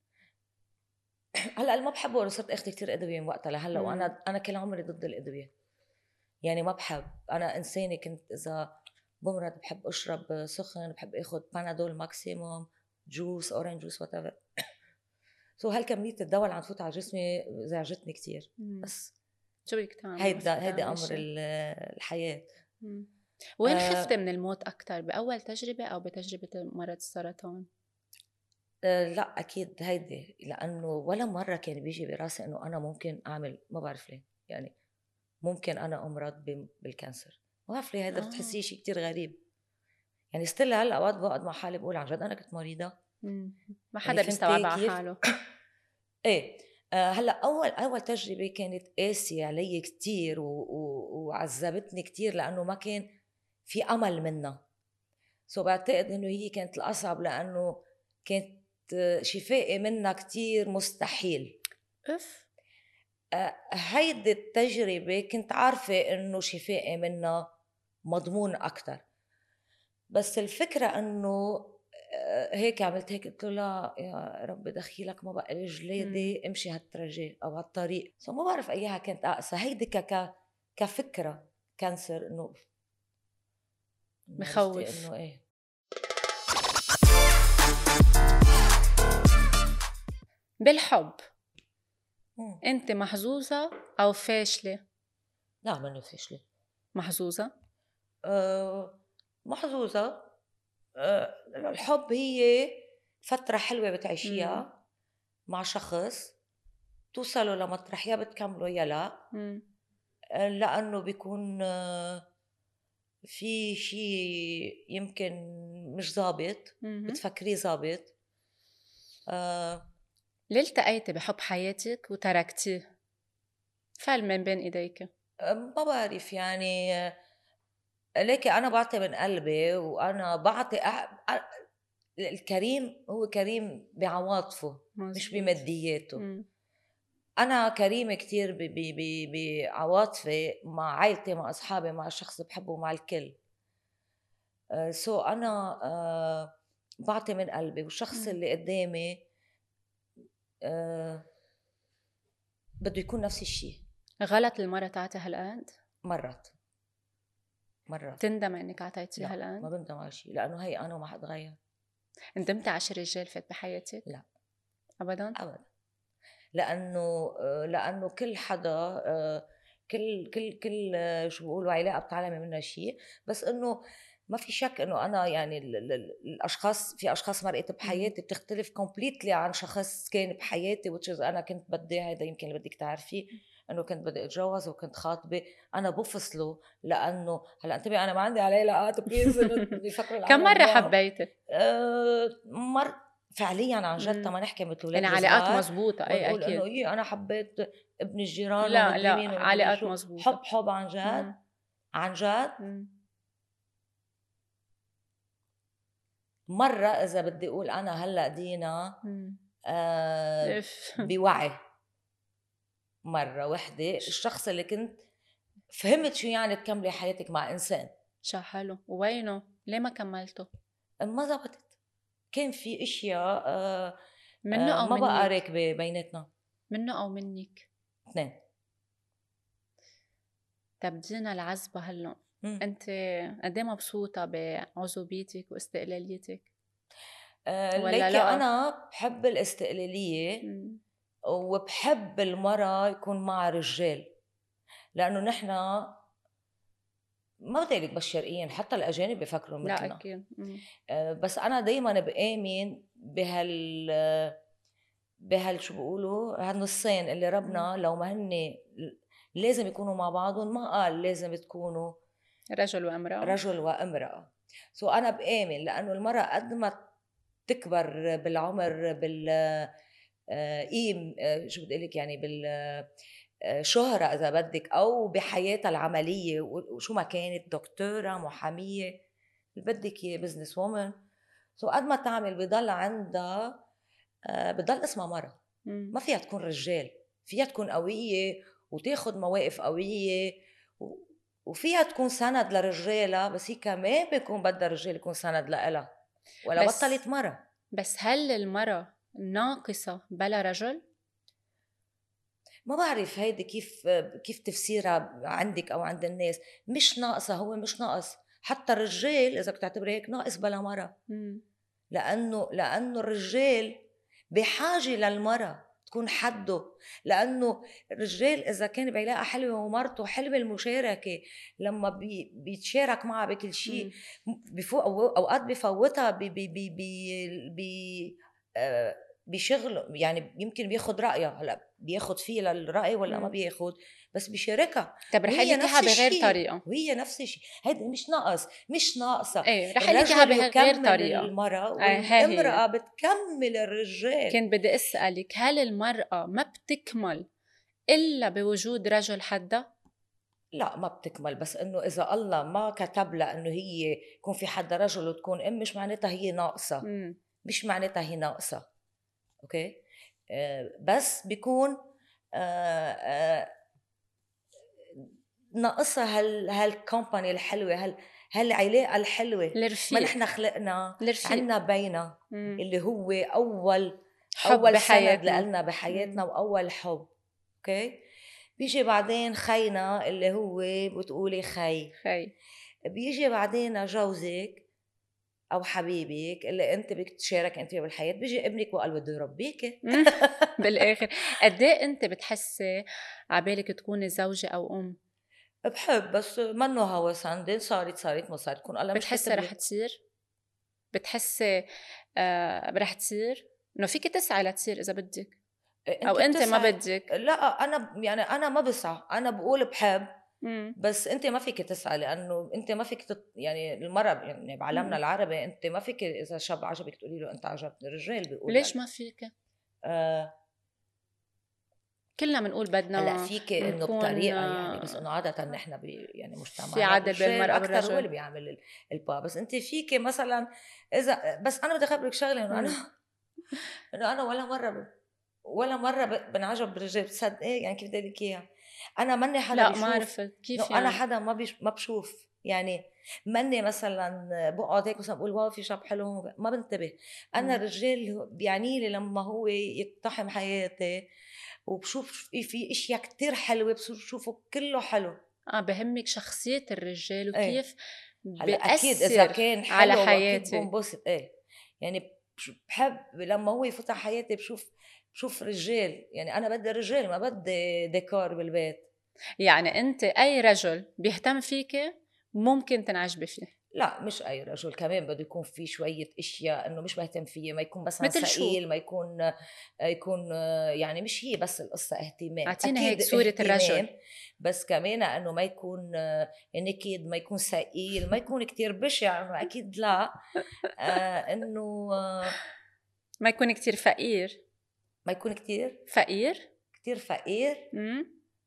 Speaker 1: هلا اللي ما بحبه انه صرت اخذ كتير ادويه من وقتها لهلا، وانا انا كل عمري ضد الادويه. يعني ما بحب، انا انسانه كنت اذا بمرض بحب اشرب سخن، بحب اخذ بانادول ماكسيموم، جوس، اورنج جوس، وات ايفر. سو هالكميه الدواء اللي عم تفوت على جسمي زعجتني كتير. بس
Speaker 2: شو بدك تعملي؟
Speaker 1: هيدا هيدا امر الحياه.
Speaker 2: مم. وين آه خفتي من الموت أكتر، بأول تجربة أو بتجربة مرض السرطان؟
Speaker 1: آه لا أكيد هيدي، لأنه ولا مرة كان بيجي براسي إنه أنا ممكن أعمل، ما بعرف ليه يعني، ممكن أنا أمرض بالكانسر. ما بعرف ليه، هيدا آه. بتحسيه شيء كتير غريب. يعني ستيل هلا أوقات بقعد مع حالي بقول عن جد أنا كنت مريضة.
Speaker 2: مم. ما حدا يعني بيستوعب على حاله.
Speaker 1: إيه آه هلا أول أول تجربة كانت قاسية علي كتير و... و... وعذبتني كتير، لأنه ما كان في أمل منها. سو بعتقد إنه هي كانت الأصعب، لأنه كانت شفائي منها كتير مستحيل.
Speaker 2: أف.
Speaker 1: آه هيدي التجربة كنت عارفة إنه شفائي منها مضمون أكتر، بس الفكرة إنه هيك عملت هيك، قلت له لا يا رب دخيلك ما بقى لي جلادي امشي هالترجي او هالطريق. سو ما بعرف اياها كانت اقسى. هيدي ك كفكره كانسر انه
Speaker 2: بخوف
Speaker 1: انه ايه.
Speaker 2: بالحب
Speaker 1: مم.
Speaker 2: انت محظوظة او فاشلة؟
Speaker 1: لا مني فاشلة.
Speaker 2: محظوظة.
Speaker 1: أه محظوظة. أه الحب هي فترة حلوة بتعيشيها
Speaker 2: مم.
Speaker 1: مع شخص، توصلوا لمطرح يا بتكملوا يا لا.
Speaker 2: مم.
Speaker 1: أه لأنه بيكون أه في شيء يمكن مش ظابط،
Speaker 2: مم.
Speaker 1: بتفكريه ظابط. أه
Speaker 2: ليه التقيتي بحب حياتك وتركتيه؟ فعل من بين ايديك.
Speaker 1: ما بعرف يعني. أه ليكي أنا بعطي من قلبي، وأنا بعطي أح... أ... الكريم هو كريم بعواطفه مش
Speaker 2: مزبوط.
Speaker 1: بمادياته.
Speaker 2: مم.
Speaker 1: أنا كريمة كتير ب... ب... ب... بعواطفي مع عائلتي، مع أصحابي، مع الشخص اللي بحبه، مع الكل. أه سو أنا أه بعطي من قلبي، والشخص
Speaker 2: مم.
Speaker 1: اللي قدامي أه بده يكون نفس الشيء.
Speaker 2: غلط المرة تعطي هالقد؟
Speaker 1: مرات مرات
Speaker 2: تندم انك عطيتي
Speaker 1: لا، ما
Speaker 2: هالقد؟
Speaker 1: بندم على شيء، لأنه هي أنا وما حتغير.
Speaker 2: ندمتي على شي رجال فات بحياتك؟
Speaker 1: لا
Speaker 2: ابدا.
Speaker 1: أبدا. لأنه آه، لأنه كل حدا آه، كل كل كل آه، شو بيقولوا علاقة بتعلمي منها شيء. بس إنه ما في شك إنه أنا يعني ال ال ال الأشخاص، في أشخاص مرقت بحياتي بتختلف كومبليتلي عن شخص كان بحياتي، which is أنا كنت بدي، هذا يمكن اللي بدك تعرفيه، إنه كنت بدي أتجوز وكنت خاطبة. أنا بفصله لأنه هلا انتبه، أنا ما عندي عليه علاقات بليز بيفكروا
Speaker 2: كم
Speaker 1: العالم
Speaker 2: مرة
Speaker 1: واو.
Speaker 2: حبيتي؟
Speaker 1: أه مر فعليا عن جد
Speaker 2: مم.
Speaker 1: ما نحكي مثل
Speaker 2: يعني
Speaker 1: اولاد
Speaker 2: علاقات
Speaker 1: الصغار
Speaker 2: مزبوطة، اي
Speaker 1: ونقول انه
Speaker 2: اكيد.
Speaker 1: ايه انا حبيت ابن الجيران
Speaker 2: لا
Speaker 1: ومدري
Speaker 2: لا،
Speaker 1: مين ومدري
Speaker 2: علاقات
Speaker 1: شو.
Speaker 2: مزبوطة.
Speaker 1: حب حب عن جد.
Speaker 2: مم.
Speaker 1: عن جد.
Speaker 2: مم.
Speaker 1: مرة إذا بدي أقول أنا هلأ دينا آه
Speaker 2: اف
Speaker 1: بوعي، مرة وحدة الشخص اللي كنت فهمت شو يعني تكملي حياتك مع إنسان.
Speaker 2: شو حلو. وينه؟ ليه ما كملته؟
Speaker 1: ما زبطت. كان في اشياء آه
Speaker 2: منه
Speaker 1: آه
Speaker 2: او
Speaker 1: ما بقى
Speaker 2: منك؟
Speaker 1: راكبة بيناتنا.
Speaker 2: منه او منك؟
Speaker 1: اثنين.
Speaker 2: تبدينا العزبة هلا.
Speaker 1: مم.
Speaker 2: انت قد ايه مبسوطة بعزوبيتك واستقلاليتك؟
Speaker 1: آه
Speaker 2: ولا
Speaker 1: ليكي
Speaker 2: لا؟
Speaker 1: أنا بحب الاستقلالية،
Speaker 2: مم.
Speaker 1: وبحب المرأة يكون معها رجال، لأنه نحن ما بدي لك بس شرقيين، حتى الأجانب بيفكروا
Speaker 2: لا
Speaker 1: مثلنا.
Speaker 2: اكيد. مم.
Speaker 1: آه، بس أنا دايما بآمن بهال بهال شو بيقولوا هالنصين اللي ربنا لو ما هن لازم يكونوا مع بعضهم، ما قال لازم تكونوا
Speaker 2: رجل وامرأة.
Speaker 1: رجل وامرأة. سو أنا بآمن لأنه المرأة قد ما تكبر بالعمر، بال آه، قيم آه، شو بدي لك يعني بال آه، شهرة إذا بدك، أو بحياتها العملية، وشو ما كانت دكتورة، محامية، اللي بدك إياه، بزنس وومن. سو قد ما تعمل بضل عندها آه، بضل اسمها مرة.
Speaker 2: مم.
Speaker 1: ما فيها تكون رجال، فيها تكون قوية وتاخد مواقف قوية، و- وفيها تكون سند لرجالها، بس هي كمان بيكون بدها الرجال يكون سند لها، ولا
Speaker 2: بس
Speaker 1: بطلت مرة.
Speaker 2: بس هل المرأة ناقصة بلا رجل؟
Speaker 1: ما بعرف هيدي كيف كيف تفسيرها عندك او عند الناس. مش ناقصه، هو مش ناقص. حتى الرجال اذا بتعتبري هيك ناقص بلا مرة،
Speaker 2: مم.
Speaker 1: لانه لانه الرجال بحاجه للمرأة تكون حده. لانه الرجال اذا كان بعلاقه حلوه ومرته حلوه المشاركه، لما بي بيتشارك معها بكل شيء، بفوق اوقات بفوتها ب ب ب ب ب بشغل، يعني يمكن بياخد رايها. هلا بياخد فيها للراي ولا ما
Speaker 2: مم.
Speaker 1: بياخد، بس بيشاركها.
Speaker 2: طب رح
Speaker 1: وهي
Speaker 2: لك اياها
Speaker 1: نفس
Speaker 2: بغير
Speaker 1: الشيء،
Speaker 2: طريقة.
Speaker 1: وهي نفس الشيء. هيدا مش ناقص، مش ناقصه.
Speaker 2: ايه رح لك اياها
Speaker 1: الرجل
Speaker 2: بغير
Speaker 1: يكمل
Speaker 2: طريقة.
Speaker 1: المرأة
Speaker 2: ايه ها هي.
Speaker 1: والامرأة بتكمل الرجال.
Speaker 2: كان بدي اسألك، هل المرأة ما بتكمل إلا بوجود رجل حدها؟
Speaker 1: لا ما بتكمل، بس انه اذا الله ما كتب لها انه هي يكون في حدا رجل وتكون ام، مش معناتها هي ناقصه.
Speaker 2: مم.
Speaker 1: مش معناتها هي ناقصه. اوكي. آه بس بيكون آه آه ناقصها هال هالكومباني الحلوه، هال هالعلاقه الحلوه. ما
Speaker 2: الرفيق.
Speaker 1: نحن خلقنا
Speaker 2: الرفيق.
Speaker 1: عنا بينا
Speaker 2: مم.
Speaker 1: اللي هو اول
Speaker 2: حب
Speaker 1: اول سند
Speaker 2: بحياتنا.
Speaker 1: لنا بحياتنا
Speaker 2: مم.
Speaker 1: واول حب. اوكي. بيجي بعدين خينا اللي هو بتقولي خي.
Speaker 2: خي.
Speaker 1: بيجي بعدين جوزك او حبيبك اللي انت بدك تشارك انت بالحياه، بيجي ابنك وقال بده يربيك.
Speaker 2: بالاخر قد ايه انت بتحسي عبالك تكوني زوجه او ام؟
Speaker 1: بحب، بس منه هوس عندي، صارت صارت ما صارت تكون الله مش
Speaker 2: بتحسي
Speaker 1: كاتب
Speaker 2: رح
Speaker 1: لي.
Speaker 2: تصير؟ بتحسي آه رح تصير انه فيك تسعي لتصير اذا بدك، او
Speaker 1: انت
Speaker 2: انت ما
Speaker 1: بتسعي.
Speaker 2: بدك؟
Speaker 1: لا انا ب- يعني انا ما بسعى، انا بقول بحب،
Speaker 2: امم
Speaker 1: بس انت ما فيك تسعى، لانه انت ما فيك تط... يعني المرأة يعني بعالمنا العربي انت ما فيك اذا شاب عجبك تقولي له انت عجبتني، الرجال بيقول
Speaker 2: ليش
Speaker 1: لك.
Speaker 2: ما فيك؟
Speaker 1: آه
Speaker 2: كلنا بنقول
Speaker 1: هلا
Speaker 2: بدنا
Speaker 1: فيك انه
Speaker 2: نكون
Speaker 1: بطريقه يعني، بس
Speaker 2: آه،
Speaker 1: انه عاده نحن ب يعني
Speaker 2: في
Speaker 1: مجتمعنا
Speaker 2: عدل بين
Speaker 1: الرجال
Speaker 2: المرأة
Speaker 1: اكثر هو
Speaker 2: والرجل.
Speaker 1: اللي بيعمل ال- البا، بس انت فيك مثلا اذا، بس انا بدي اخبرك شغله، انه انا
Speaker 2: مم.
Speaker 1: انه انا ولا مره ب... ولا مره ب... بنعجب بالرجال، بتصدقي يعني كيف بدي أقول لك اياها؟ انا ماني حدا
Speaker 2: لا ما
Speaker 1: بيشوف،
Speaker 2: عرفت
Speaker 1: انه
Speaker 2: كيف
Speaker 1: انا
Speaker 2: يعني.
Speaker 1: حدا ما بيش... ما بشوف يعني، ماني مثلا بقعد هيك مثلا بقول واو في شاب حلو هون، ما بنتبه. انا
Speaker 2: مم.
Speaker 1: الرجال بيعني لي لما هو يقتحم حياتي وبشوف في في اشياء كتير حلوه، بصير شوفه كله حلو.
Speaker 2: اه بهمك شخصية الرجال
Speaker 1: ايه
Speaker 2: وكيف
Speaker 1: هلا اكيد اذا
Speaker 2: بأثر
Speaker 1: كان
Speaker 2: على
Speaker 1: حلو اكيد
Speaker 2: حياتي.
Speaker 1: بنبسط، ايه يعني بش- بحب لما هو يفوت على حياتي، بشوف بشوف رجال، يعني انا بدي رجال ما بدي ديكور بالبيت.
Speaker 2: يعني انت اي رجل بيهتم فيك ممكن تنعجبي فيه؟
Speaker 1: لا مش اي رجل، كمان بده يكون في شويه اشياء انه مش بهتم فيه، ما يكون مثلا
Speaker 2: مثل شو؟
Speaker 1: ثقيل، ما يكون يكون يعني مش هي بس القصه اهتمام،
Speaker 2: اعطينا هيك
Speaker 1: اكيد
Speaker 2: صورة الرجل.
Speaker 1: اهتمام، بس كمان انه ما يكون نكد، ما يكون ثقيل، ما يكون كتير بشع، انه اكيد لا. آه انه آه
Speaker 2: ما يكون كتير فقير.
Speaker 1: ما يكون كتير
Speaker 2: فقير.
Speaker 1: كتير فقير.
Speaker 2: امم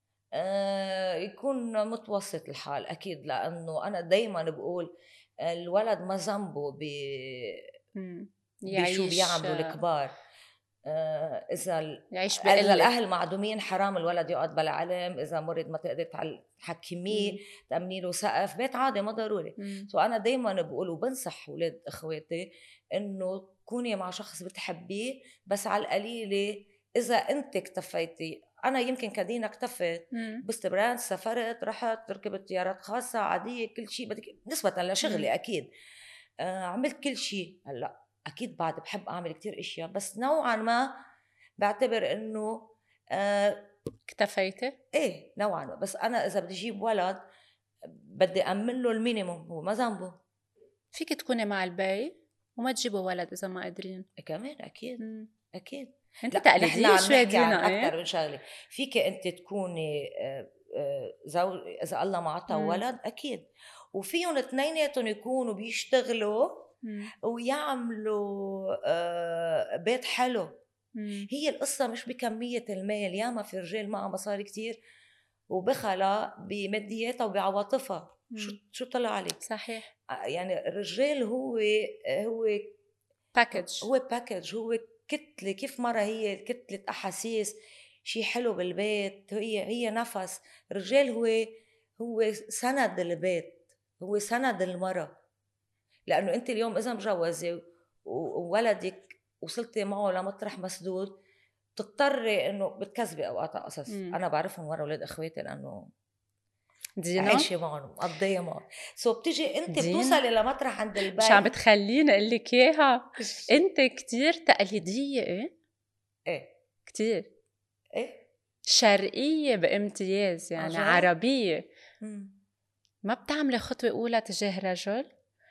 Speaker 1: آه يكون متوسط الحال اكيد، لانه انا دايما بقول الولد ما ذنبه ب
Speaker 2: امم
Speaker 1: بشو
Speaker 2: يعيش
Speaker 1: بيعملوا الكبار. آه، اذا ال-
Speaker 2: يعيش
Speaker 1: اذا
Speaker 2: بقلة.
Speaker 1: الاهل معدومين حرام الولد يقعد بلا علم، اذا مرض ما تقدر تعل- تحكميه،
Speaker 2: امم
Speaker 1: تامني له سقف بيت عادي ما ضروري.
Speaker 2: امم
Speaker 1: سو انا دائما بقول وبنصح اولاد اخواتي انه كوني مع شخص بتحبيه، بس على القليله اذا انت اكتفيتي، انا يمكن كدينا اكتفيت،
Speaker 2: امم
Speaker 1: باستبراد سافرت، رحت ركبت طيارات خاصه عاديه، كل شيء بدك نسبه
Speaker 2: امم
Speaker 1: لشغلي اكيد. آه عملت كل شيء. هلا اكيد بعد بحب اعمل كتير اشياء، بس نوعا ما بعتبر انه آه
Speaker 2: اكتفيتي؟
Speaker 1: ايه نوعا ما، بس انا اذا بدي اجيب ولد بدي امن له المينيموم، هو ما ذنبه.
Speaker 2: فيك تكوني مع البي وما تجيبوا ولد اذا ما قادرين.
Speaker 1: إيه كمان اكيد.
Speaker 2: امم
Speaker 1: اكيد.
Speaker 2: انت
Speaker 1: لا نحن
Speaker 2: تقليدية
Speaker 1: عم
Speaker 2: شوي
Speaker 1: نحكي عن
Speaker 2: دينا
Speaker 1: اكثر
Speaker 2: ايه.
Speaker 1: من شغله. فيك انت تكوني آه آه زوج اذا الله ما عطى
Speaker 2: امم
Speaker 1: ولد اكيد، وفيهم اثنيناتهم يكونوا بيشتغلوا
Speaker 2: امم
Speaker 1: ويعملوا آه بيت حلو.
Speaker 2: امم
Speaker 1: هي القصة مش بكمية المال، ياما في رجال معها مصاري كتير وبخلى بمادياتها وبعواطفها. شو
Speaker 2: امم
Speaker 1: شو طلع عليك؟
Speaker 2: صحيح.
Speaker 1: آه، يعني الرجال هو هو
Speaker 2: باكج.
Speaker 1: هو باكج، هو كتلة، كيف مرة هي كتلة أحاسيس، شي حلو بالبيت، هي هي نفس. الرجال هو هو سند البيت، هو سند المرأة. لأنه أنت اليوم إذا مجوزة وولدك وصلتي معه لمطرح مسدود، بتضطري انه بتكذبي اوقات على قصص،
Speaker 2: امم
Speaker 1: انا بعرفهم ورا اولاد اخواتي لانه
Speaker 2: دينا.
Speaker 1: عايشه معهم مقضيه معهم. سو بتيجي انت
Speaker 2: دينا
Speaker 1: بتوصلي لمطرح عند
Speaker 2: مش عم
Speaker 1: البي.
Speaker 2: بتخليني اقول لك اياها.
Speaker 1: ش-
Speaker 2: انت كتير تقليديه ايه.
Speaker 1: ايه
Speaker 2: كتير
Speaker 1: ايه
Speaker 2: شرقيه بامتياز، يعني
Speaker 1: عجاد.
Speaker 2: عربيه.
Speaker 1: مم.
Speaker 2: ما بتعملي خطوه اولى تجاه رجل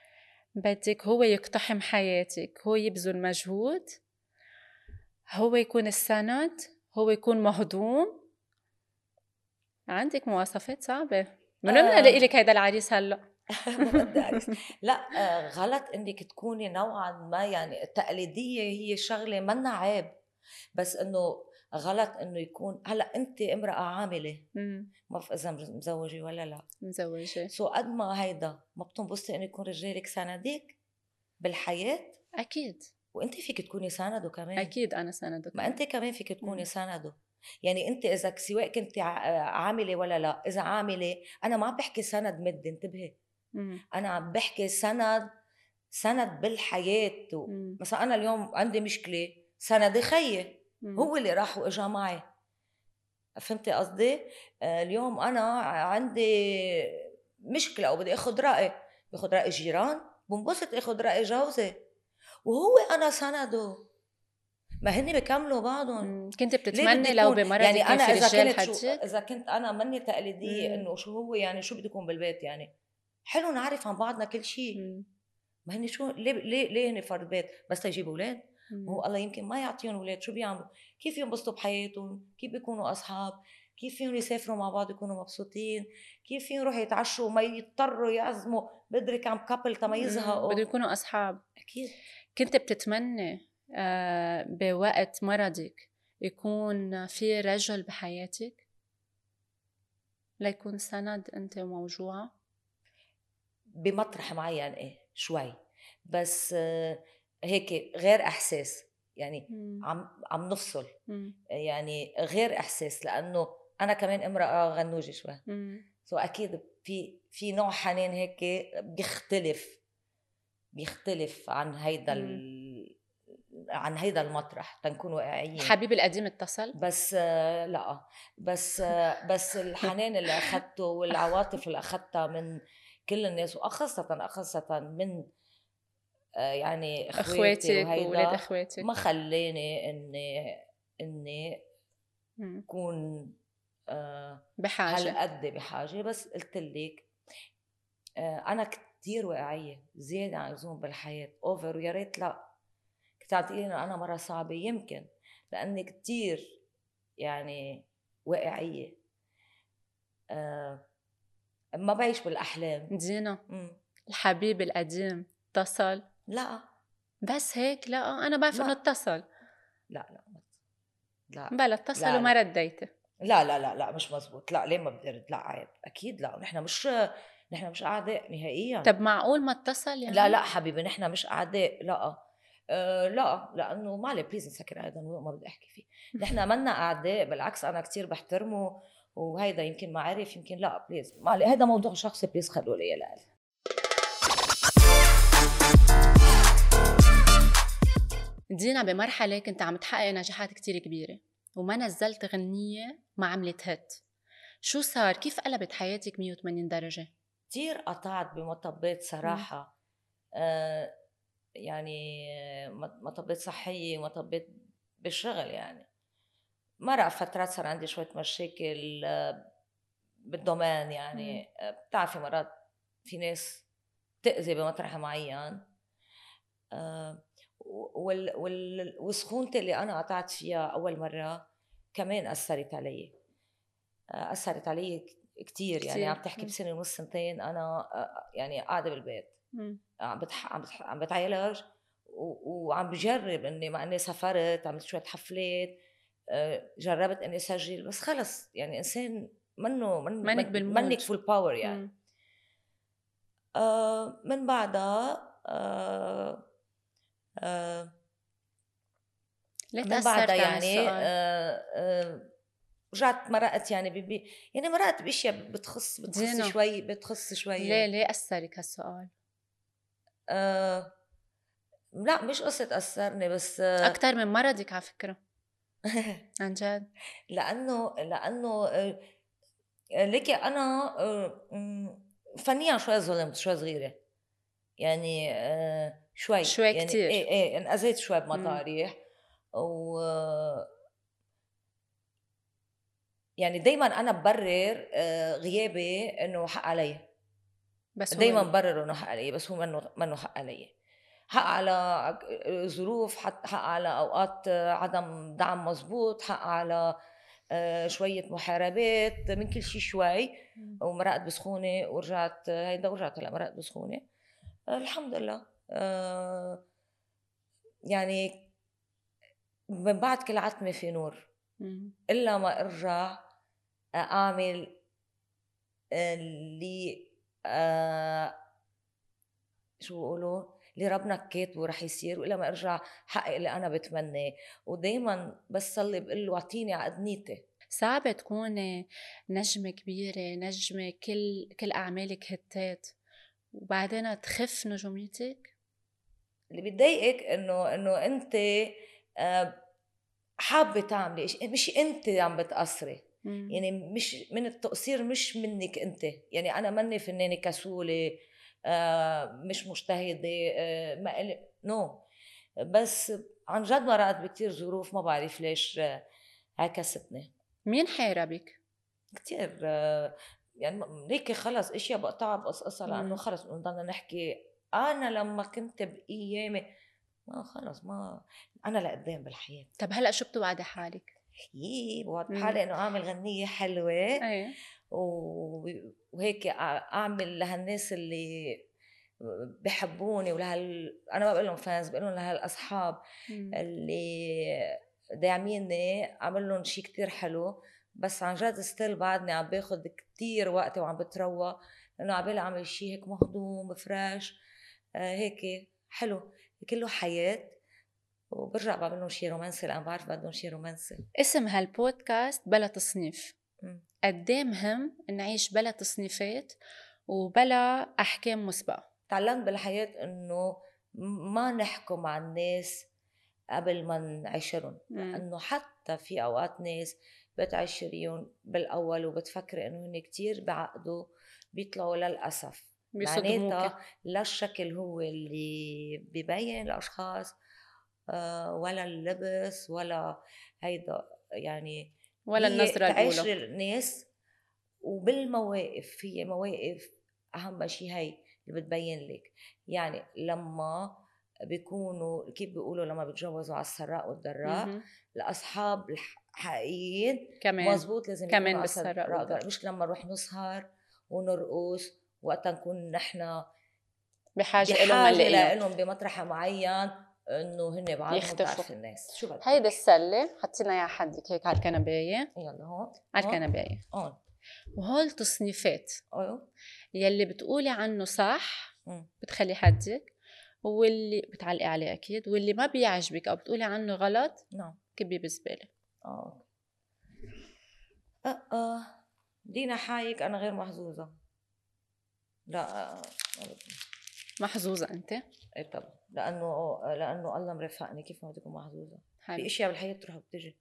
Speaker 2: بدك هو يقتحم حياتك، هو يبذل مجهود، هو يكون السند، هو يكون مهضوم. عندك مواصفات صعبه. من وين
Speaker 1: آه
Speaker 2: الاقي لك هيدا العريس هلا؟
Speaker 1: ما بدي عريس. لا آه غلط انك تكوني نوعا ما، يعني التقليديه هي شغله منا عيب، بس انه غلط انه يكون. هلا انت امراه عامله،
Speaker 2: امم
Speaker 1: ما بعرف اذا مزوجه ولا لا.
Speaker 2: مزوجه.
Speaker 1: سو قد ما هيدا ما بتنبسطي انه يكون رجالك سندك بالحياة،
Speaker 2: اكيد.
Speaker 1: وانت فيك تكوني سنده كمان.
Speaker 2: اكيد انا سنده
Speaker 1: ما انت
Speaker 2: كمان.
Speaker 1: كمان فيك تكوني
Speaker 2: مم.
Speaker 1: سنده. يعني انت اذا سواء كنت عامله ولا لا، اذا عامله انا ما عم بحكي سند مادي، انتبهي،
Speaker 2: مم.
Speaker 1: انا عم بحكي سند، سند بالحياه.
Speaker 2: مم.
Speaker 1: مثلا انا اليوم عندي مشكله، سندي خيي
Speaker 2: مم.
Speaker 1: هو اللي راح واجا معي. فهمتي قصدي؟ آه، اليوم انا عندي مشكله او بدي اخذ راي، باخذ راي جيران، بنبسط اخد رأي جوزي وهو انا سنده، ما هن بيكملوا بعضهم.
Speaker 2: كنت بتتمنى لو بمرضك
Speaker 1: يعني
Speaker 2: كان
Speaker 1: أنا
Speaker 2: في
Speaker 1: إذا
Speaker 2: رجال
Speaker 1: كنت شو
Speaker 2: حدك؟
Speaker 1: إذا كنت أنا مني تقليدية إنه شو هو يعني شو بدي يكون بالبيت، يعني حلو نعرف عن بعضنا كل شيء. ما هني شو ليه ليه ليه هني فرد بيت بس تيجيبوا أولاد؟ هو الله يمكن ما يعطيهم أولاد، شو بيعملوا؟ كيف ينبسطوا بحياتهم؟ كيف بيكونوا أصحاب؟ كيف فيهم يسافروا مع بعض يكونوا مبسوطين؟ كيف فيهم يروحوا يتعشوا وما يضطروا يعزموا بدري كم كابل تما يزهقوا؟
Speaker 2: بدهم يكونوا أصحاب.
Speaker 1: أكيد.
Speaker 2: كنت بتتمنى آه بوقت مرضك يكون في رجل بحياتك ليكون سند أنت موجوعة؟
Speaker 1: بمطرح معين إيه شوي، بس آه هيك غير إحساس، يعني مم. عم عم نفصل، مم. يعني غير إحساس، لأنه أنا كمان امرأة غنوجة شوي، سو أكيد في في نوع حنان هيك بيختلف بيختلف عن هيدا ال... عن هيدا المطرح تنكون واقعيين.
Speaker 2: الحبيب القديم اتصل؟
Speaker 1: بس آه لا بس آه بس الحنان اللي أخذته والعواطف اللي أخذتها من كل الناس، وخاصة أخاصة من آه يعني اخواتي وهيدا
Speaker 2: اخواتك
Speaker 1: ما خلاني اني اني اكون آه
Speaker 2: بحاجه
Speaker 1: هالقد بحاجه. بس قلت لك آه انا كتير واقعيه زياده عن اللزوم بالحياه، اوفر، ويا ريت لا كنت تعطيني انه انا مره صعبه، يمكن لاني كتير يعني واقعيه، آه ما بعيش بالاحلام.
Speaker 2: دينا مم. الحبيب القديم اتصل؟
Speaker 1: لا
Speaker 2: بس هيك؟ لا انا بعرف انه اتصل.
Speaker 1: لا لا لا
Speaker 2: بلا اتصل وما رديته.
Speaker 1: لا لا لا لا مش مزبوط. لا ليه ما بدي ارد؟ لا عيب اكيد. لا نحن مش نحن مش اعداء نهائيا.
Speaker 2: طب معقول ما اتصل يعني؟
Speaker 1: لا لا حبيبي نحن مش اعداء. لا أه لا لانه ما عليه بليز نسكر هذا الموضوع، ما بدي احكي فيه. نحن منا اعداء، بالعكس انا كتير بحترمه، وهيدا يمكن ما عارف، يمكن لا بليز ما عليه، هذا موضوع شخصي بليز خلوا لي لا.
Speaker 2: دينا بمرحله كنت عم تحقق نجاحات كتير كبيره وما نزلت غنية ما عملت هت، شو صار؟ كيف قلبت حياتك مية وثمانين درجة؟
Speaker 1: كتير قطعت بمطبات صراحة. آه يعني مطبات صحية، مطبات بالشغل، يعني مرة فترات صار عندي شوية مشاكل بالدومين، يعني بتعرفي مرات في ناس تأذي بمطرح معين. آه وال وال وسخونتي اللي أنا قطعت فيها أول مرة كمان أثرت علي أثرت علي كتير. يعني عم تحكي بسنة ونص سنتين أنا يعني قاعدة بالبيت عم بتح... عم, بتح... عم بتعالج و... وعم بجرب إني مع إني سافرت عملت شوية حفلات، جربت إني أسجل، بس خلص يعني إنسان منه من...
Speaker 2: منك بالموج،
Speaker 1: منك فول باور يعني. آه من بعدها آه آه من بعدها يعني آه آه رجعت مرقت يعني ببي يعني مرقت باشياء بتخص بتخص شوي بتخص شوي.
Speaker 2: ليه ليه اثرك هالسؤال؟
Speaker 1: آه لا مش قصة أثرني، بس
Speaker 2: آه أكتر من مرضك على فكرة. عن جد.
Speaker 1: لأنه لأنه آه ليكي أنا آه فنيا شوي ظلمت شوي صغيرة، يعني آه شوي
Speaker 2: شوي
Speaker 1: يعني
Speaker 2: كتير.
Speaker 1: ايه ايه انأذيت شوي بمطاريح، و يعني دايما انا ببرر غيابي انه حق علي، بس دايما ببرر انه حق علي، بس هو منه منه حق علي، حق على ظروف، حق على اوقات عدم دعم مزبوط، حق على شويه محاربات من كل شيء شوي، ومرقت بسخونه ورجعت هيدا ورجعت هلا مرقت بسخونه الحمد لله. يعني من بعد كل عتمه في نور، الا ما ارجع اعمل اللي آه شو بقولوا اللي ربنا كاتبه رح يصير، والا ما ارجع حقق اللي انا بتمناه. ودايما بس صلي بقول له اعطيني عقد نيتي.
Speaker 2: صعب تكون نجمه كبيره، نجمه كل كل اعمالك هتات وبعدين تخف نجوميتك.
Speaker 1: اللي بتضايقك انه انه انت آه حابه تعملي شيء، مش انت عم بتقصري. يعني مش من التقصير، مش منك انت. يعني انا ماني فنانه كسوله آه مش مجتهدة، آه ما إلي نو. بس عن جد مرقت بكتير ظروف ما بعرف ليش آه عكستني.
Speaker 2: مين حاربك؟
Speaker 1: كتير آه يعني هيك خلص اشياء بقطعها بقصقصها لانه
Speaker 2: مم.
Speaker 1: خلص بنضلنا نحكي. انا لما كنت بايامي ما خلص ما انا لقدام بالحياه.
Speaker 2: طب هلا شو بتوعدي حالك؟
Speaker 1: يي بوعد
Speaker 2: مم.
Speaker 1: حالي انه اعمل غنيه حلوه
Speaker 2: ايه
Speaker 1: و- وهيك أع- اعمل لهالناس اللي بحبوني ولهال انا ما بقول لهم فانز، بقول لهم لهالاصحاب
Speaker 2: مم.
Speaker 1: اللي داعميني، اعمل لهم شيء كتير حلو. بس عن جد ستيل بعدني عم باخد كتير وقتي وعم بتروى لانه عبالي اعمل شيء هيك مهضوم فريش آه هيك حلو كله حياه. وبرجع بعمل لهم شيء رومانسي لان بعرف بدهم شيء رومانسي.
Speaker 2: اسم هالبودكاست بلا تصنيف.
Speaker 1: م.
Speaker 2: قد ايه مهم نعيش بلا تصنيفات وبلا احكام مسبقه.
Speaker 1: تعلمت بالحياة إنه ما نحكم على الناس قبل ما نعشرهم، لأنه حتى في أوقات ناس بتعشريهم بالأول وبتفكر إنه هن كتير بعقدوا بيطلعوا للأسف.
Speaker 2: بيصدموك.
Speaker 1: معناتها لا الشكل هو اللي بيبين الأشخاص آه، ولا اللبس ولا هيدا يعني.
Speaker 2: ولا
Speaker 1: هي
Speaker 2: النظره
Speaker 1: تعاشر
Speaker 2: الاولى. الناس.
Speaker 1: الناس وبالمواقف، هي مواقف أهم شيء هي اللي بتبين لك. يعني لما بيكونوا كيف بيقولوا لما بيتجوزوا على السراء والضراء،
Speaker 2: مهم.
Speaker 1: الأصحاب الحقيقيين
Speaker 2: كمان
Speaker 1: مزبوط لازم يكونوا
Speaker 2: كمان
Speaker 1: على
Speaker 2: بالسراء
Speaker 1: السراء
Speaker 2: والضراء.
Speaker 1: والضراء، مش لما نروح نسهر ونرقص وقتا نكون نحن
Speaker 2: بحاجه لهم ما
Speaker 1: بحاجة
Speaker 2: نلاقيهم
Speaker 1: لهم بمطرح معين انه هن بعضهم
Speaker 2: يختفوا.
Speaker 1: تعرف الناس شو بدك.
Speaker 2: هيدا السله حطينا اياها حدك هيك على الكنبايه.
Speaker 1: يلا هون
Speaker 2: على
Speaker 1: هون
Speaker 2: الكنبايه.
Speaker 1: هون
Speaker 2: وهول تصنيفات
Speaker 1: ايوه
Speaker 2: يلي بتقولي عنه صح
Speaker 1: أمم.
Speaker 2: بتخلي حدك، واللي بتعلقي عليه اكيد، واللي ما بيعجبك او بتقولي عنه غلط
Speaker 1: نعم
Speaker 2: كبي بزباله.
Speaker 1: اه اه اه دينا حايك انا غير محظوظة. لا آه، ما بدي.
Speaker 2: محظوظه انت.
Speaker 1: ايه طبعا لانه لانه الله مرفقني، كيف ما بدي اكون محظوظة؟
Speaker 2: حلو.
Speaker 1: في اشياء بالحياة بتروح وبتجي.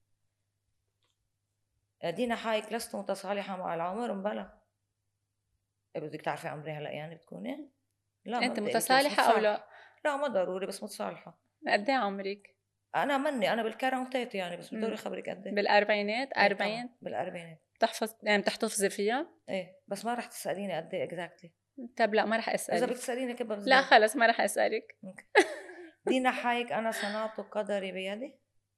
Speaker 1: دينا حايك لست متصالحة مع العمر مبلا. إيه بدك تعرفي عمري هلا يعني بتكوني؟ لا ما
Speaker 2: انت
Speaker 1: بدي أقلك، بس
Speaker 2: متصالحه او لا؟
Speaker 1: متصالحة. لا ما ضروري بس متصالحة.
Speaker 2: قد ايه عمرك؟
Speaker 1: انا مني انا بالكارنتات يعني، بس بدوري
Speaker 2: مم.
Speaker 1: خبرك قد ايه.
Speaker 2: بالاربعينات.
Speaker 1: إيه
Speaker 2: أربعين.
Speaker 1: طبعاً، بالاربعينات.
Speaker 2: بتحفظ يعني بتحتفظي فيها؟
Speaker 1: ايه بس ما رح تساليني قد ايه اكزاكتلي.
Speaker 2: طب لا ما رح
Speaker 1: اذا
Speaker 2: اسالك.
Speaker 1: بدك تساليني كبه
Speaker 2: لا
Speaker 1: بزبط.
Speaker 2: خلص ما رح اسالك.
Speaker 1: ممكن. دينا حايك انا صنعت قدري بيدي.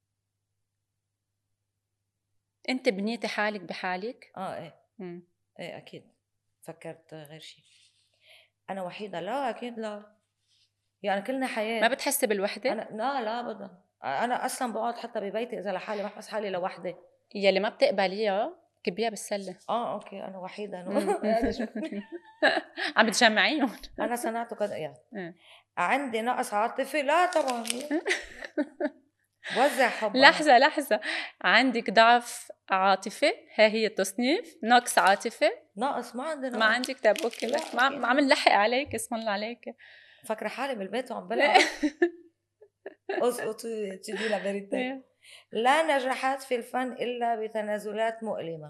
Speaker 2: انت بنيتي حالك بحالك؟
Speaker 1: اه ايه
Speaker 2: مم.
Speaker 1: ايه اكيد. فكرت غير شيء. انا وحيده؟ لا اكيد لا. يعني كلنا حياه.
Speaker 2: ما بتحسي بالوحده؟
Speaker 1: انا لا لا ابدا. انا اصلا بقعد حتى ببيتي اذا لحالي ما بحس حالي لوحدي.
Speaker 2: يلي ما بتقبليها كبيها بالسله.
Speaker 1: اه اوكي انا وحيده
Speaker 2: مم.
Speaker 1: أنا.
Speaker 2: عم بتجمعيهم.
Speaker 1: انا صنعت قدري يعني.
Speaker 2: مم.
Speaker 1: عندي نقص عاطفي؟ لا طبعا. وزع حب أنا.
Speaker 2: لحظه لحظه، عندك ضعف عاطفي، ها هي التصنيف، نقص عاطفي.
Speaker 1: ناقص ما عندي نقص.
Speaker 2: ما عندك؟ طب اوكي
Speaker 1: لا
Speaker 2: بس ما
Speaker 1: أكيد.
Speaker 2: ما عم نلحق عليك، اسم الله عليك.
Speaker 1: فاكره حالي بالبيت وعم
Speaker 2: لا.
Speaker 1: بلعب. اسقط تجي لا فيريتي. لا نجاحات في الفن الا بتنازلات مؤلمه.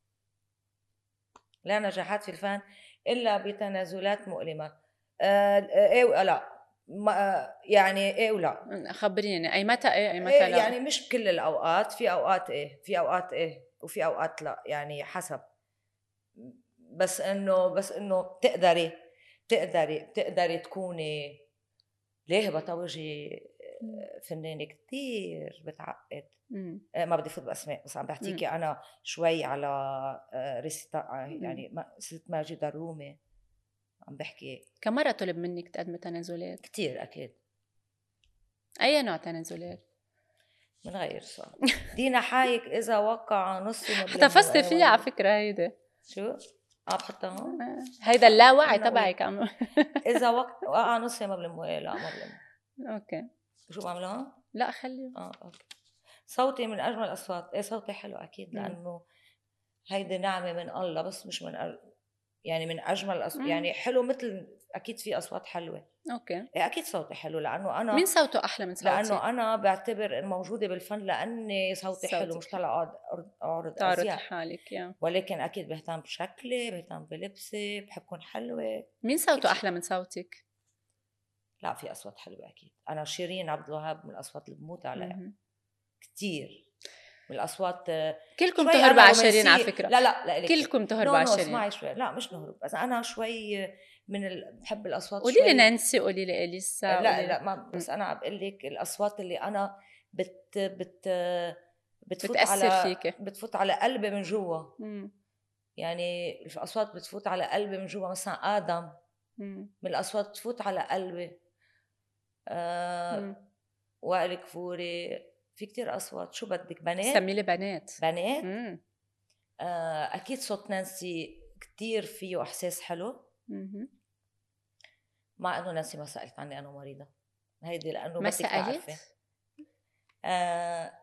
Speaker 1: لا نجاحات في الفن الا بتنازلات مؤلمه. آه ايه ولا ما يعني ايه ولا.
Speaker 2: خبريني اي متى ايه اي متى
Speaker 1: إيه
Speaker 2: لا؟
Speaker 1: يعني مش بكل الاوقات، في اوقات ايه في اوقات ايه وفي اوقات لا، يعني حسب. بس انه بس انه بتقدري بتقدري بتقدري تكوني. ليه بطوجي فنانة كتير بتعقد.
Speaker 2: مم.
Speaker 1: ما بدي فوت باسماء بس عم بحكيكي انا شوي على ريسيتا يعني ست ماجدة الرومي عم بحكي.
Speaker 2: كم مرة طلب منك تقدمي تنازلات؟
Speaker 1: كتير اكيد.
Speaker 2: اي نوع تنازلات؟
Speaker 1: من غير سؤال. دينا حايك اذا وقع نصي مبلغ
Speaker 2: احتفظتي فيها على فكرة هيدا.
Speaker 1: شو؟ اه بحطها هون.
Speaker 2: هيدا اللاوعي تبعك عم.
Speaker 1: اذا وقع نصي مبلغ لا مبلغ.
Speaker 2: اوكي
Speaker 1: شو بعملها؟
Speaker 2: لا خليه.
Speaker 1: اه اوكي. صوتي من اجمل الاصوات. ايه صوتي حلو اكيد لانه هيدي نعمه من الله بس مش من يعني من اجمل الأصوات. يعني حلو مثل اكيد في اصوات حلوه.
Speaker 2: اوكي.
Speaker 1: اكيد صوتي حلو لانه انا
Speaker 2: مين صوته احلى من صوتي؟
Speaker 1: لانه انا بعتبر ان موجوده بالفن لاني صوتي حلو، مش طالع اقعد اعرض ازياء
Speaker 2: حالك يا.
Speaker 1: ولكن اكيد بهتم بشكلي، بهتم بلبسي، بحب كون حلوه.
Speaker 2: مين صوته احلى من صوتك؟
Speaker 1: لا في اصوات حلوه اكيد. انا شيرين عبد الوهاب من الاصوات اللي بموت عليها كثير، من الاصوات.
Speaker 2: كلكم تهربوا على شيرين على فكره.
Speaker 1: لا لا لا
Speaker 2: كلكم تهربوا على شيرين.
Speaker 1: اسمعي شوي. لا مش نهرب، بس انا شوي من ال... بحب الاصوات.
Speaker 2: قولي لي نانسي، قولي لي اليسا.
Speaker 1: لا لا ما بس انا عم بقول لك الاصوات اللي انا بت بت بتفوت
Speaker 2: بتأثر
Speaker 1: على
Speaker 2: فيك،
Speaker 1: بتفوت على قلبي من جوا. يعني الاصوات بتفوت على قلبي من جوا. مثلا ادم مم. من الاصوات بتفوت على قلبي. آه وائل كفوري، في كتير اصوات. شو بدك؟ بنات؟
Speaker 2: سمي لي بنات.
Speaker 1: بنات آه اكيد صوت نانسي كتير فيه احساس حلو. مم. مع انه نانسي ما سالت عني انا مريضه هيدي، لانه
Speaker 2: ما
Speaker 1: بدك
Speaker 2: تعرفي.
Speaker 1: آه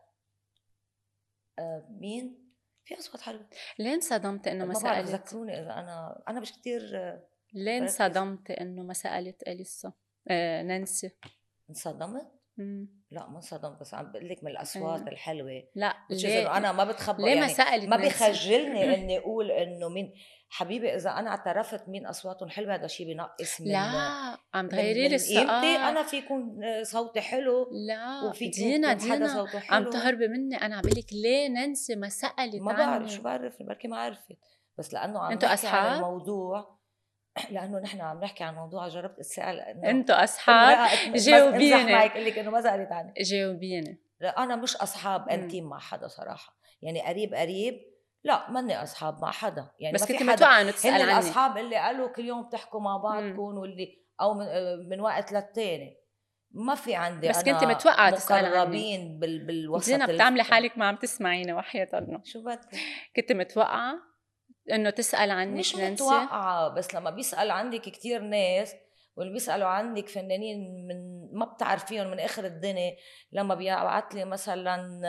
Speaker 1: آه مين في اصوات حلوه.
Speaker 2: ليه انصدمت انه ما, ما سالت؟
Speaker 1: ذكروني اذا انا انا مش كتير.
Speaker 2: ليه انصدمت انه ما سالت اليسا آه نانسي؟
Speaker 1: انصدمت؟ مم. لا ما انصدمت، بس عم بقول لك من الاصوات
Speaker 2: أيه.
Speaker 1: الحلوه.
Speaker 2: لا ليه
Speaker 1: انا ما بتخبى.
Speaker 2: ليه
Speaker 1: يعني
Speaker 2: ما سالت؟
Speaker 1: ما بخجلني اني اقول انه مين حبيبي. اذا انا اعترفت مين اصواتهم حلوه هذا شيء بينقص من
Speaker 2: لا عم تغيري لي السؤال.
Speaker 1: انا في يكون صوتي حلو.
Speaker 2: لا
Speaker 1: وفي
Speaker 2: دينا
Speaker 1: يكون حدا صوته حلو.
Speaker 2: عم تهربي مني. انا عم بقول لك ليه نانسي ما سالت؟
Speaker 1: ما بعرف شو بعرف، بركي ما عرفت. بس لانه عم
Speaker 2: نحكي
Speaker 1: عن الموضوع، لانه نحن عم نحكي عن موضوع جربت اتسال انه
Speaker 2: انتوا اصحاب. جاوبيني.
Speaker 1: امزح معك اقول لك انه ما سالت عني.
Speaker 2: جاوبيني.
Speaker 1: لا انا مش اصحاب انتيم مع حدا صراحه. يعني قريب قريب لا ماني اصحاب مع حدا. يعني
Speaker 2: بس
Speaker 1: ما في
Speaker 2: كنت
Speaker 1: حدا.
Speaker 2: متوقعه انه تسال
Speaker 1: عني.
Speaker 2: عني.
Speaker 1: الاصحاب اللي قالوا كل يوم بتحكوا مع بعضكم واللي او من, من وقت للتاني ما في عندي.
Speaker 2: بس
Speaker 1: أنا
Speaker 2: كنت متوقعه تسال عني.
Speaker 1: مقربين بال بالوسط.
Speaker 2: زينة بتعملي حالك ما عم تسمعيني وحياة الله.
Speaker 1: شو بدك؟
Speaker 2: كنت متوقعه انه تسال عنك
Speaker 1: مش
Speaker 2: نانسي.
Speaker 1: متوقعه، بس لما بيسال عندك كتير ناس واللي بيسالوا عنك فنانين من ما بتعرفيهم من اخر الدنيا. لما بيبعت لي مثلا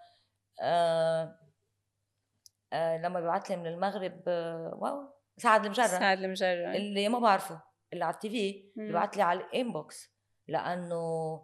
Speaker 1: آه آه لما بيبعت لي من المغرب آه واو سعد المجرد
Speaker 2: سعد المجرد
Speaker 1: اللي ما بعرفه اللي على التي في بيبعت لي على الانبوكس لانه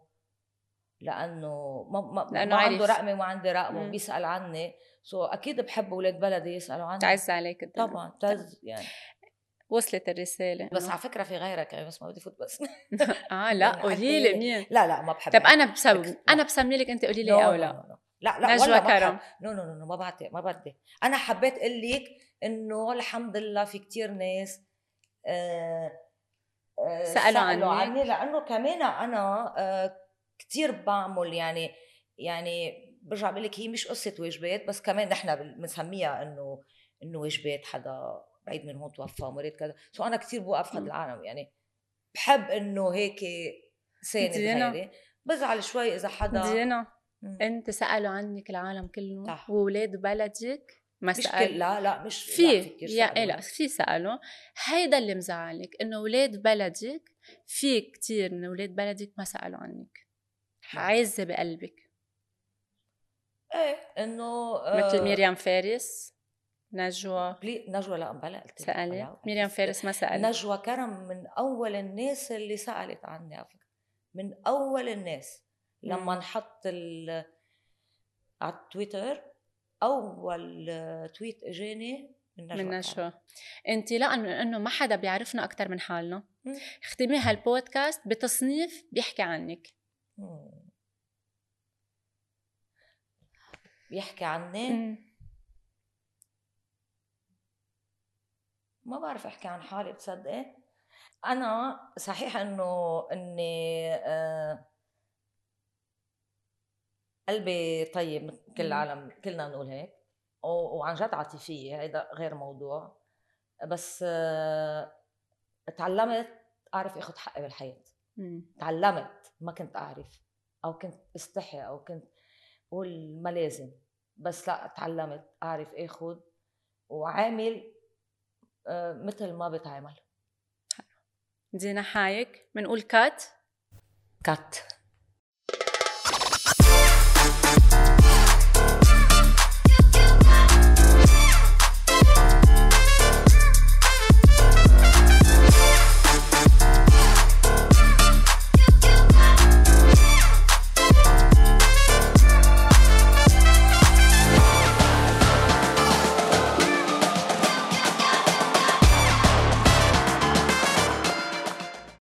Speaker 1: لانه ما ما,
Speaker 2: لأنه
Speaker 1: ما عنده رقمي وما عندي رقمه بيسال عني. سو اكيد بحب اولاد بلدي يسالوا عني.
Speaker 2: تعز عليك الدنيا.
Speaker 1: طبعا تعز يعني.
Speaker 2: وصلت الرساله.
Speaker 1: بس على فكره في غيرك يعني، بس ما بدي فوت بس.
Speaker 2: اه لا قولي لي مين.
Speaker 1: لا لا ما بحب.
Speaker 2: طب انا بسوي انا بسمي لك انت قولي لي او لا.
Speaker 1: لا لا والله ما بحب. نو نو نو ما بعطي ما بدي. انا حبيت اقول لك انه الحمد لله في كتير ناس آه آه
Speaker 2: سالوا,
Speaker 1: سألوا عني. لانه كمان انا آه كتير بعمل يعني يعني برجع بقول لك هي مش قصه واجبات، بس كمان نحن بنسميها انه انه واجبات. حدا بعيد من هون توفى مريض كذا. سو انا كتير بوقف حد العالم. يعني بحب انه هيك ساند غيري. بزعل شوي اذا حدا.
Speaker 2: دينا مم. انت سالوا عنك العالم كله
Speaker 1: صح.
Speaker 2: واولاد بلدك ما
Speaker 1: مش كل. لا لا مش
Speaker 2: في لا, لا, لا في سالوا. هيدا اللي مزعلك انه اولاد بلدك في كتير من اولاد بلدك ما سالوا عنك. عايزه بقلبك
Speaker 1: ايه انه
Speaker 2: مثل آه ميريام فارس نجوى.
Speaker 1: نجوى لا بلا قلت
Speaker 2: سألت ميريام فارس ما سألت.
Speaker 1: نجوى كرم من اول الناس اللي سالت عني على فكره. من اول الناس لما نحط ال على التويتر اول تويت اجاني من نجوى.
Speaker 2: من نجوى. انت لا انه ما حدا بيعرفنا اكثر من حالنا. اختمي هالبودكاست بتصنيف بيحكي عنك. مم.
Speaker 1: بيحكي عني. مم. ما بعرف احكي عن حالي بتصدقي. انا صحيح انه اني آه قلبي طيب كل العالم كلنا نقول هيك، وعن جد عاطفيه هيدا غير موضوع. بس آه تعلمت اعرف اخذ حقي بالحياه. مم. تعلمت ما كنت اعرف او كنت استحي او كنت اقول ما لازم، بس لا تعلمت اعرف اخذ وعامل آه مثل ما بتعامل.
Speaker 2: دينا حايك بنقول كات
Speaker 1: كات.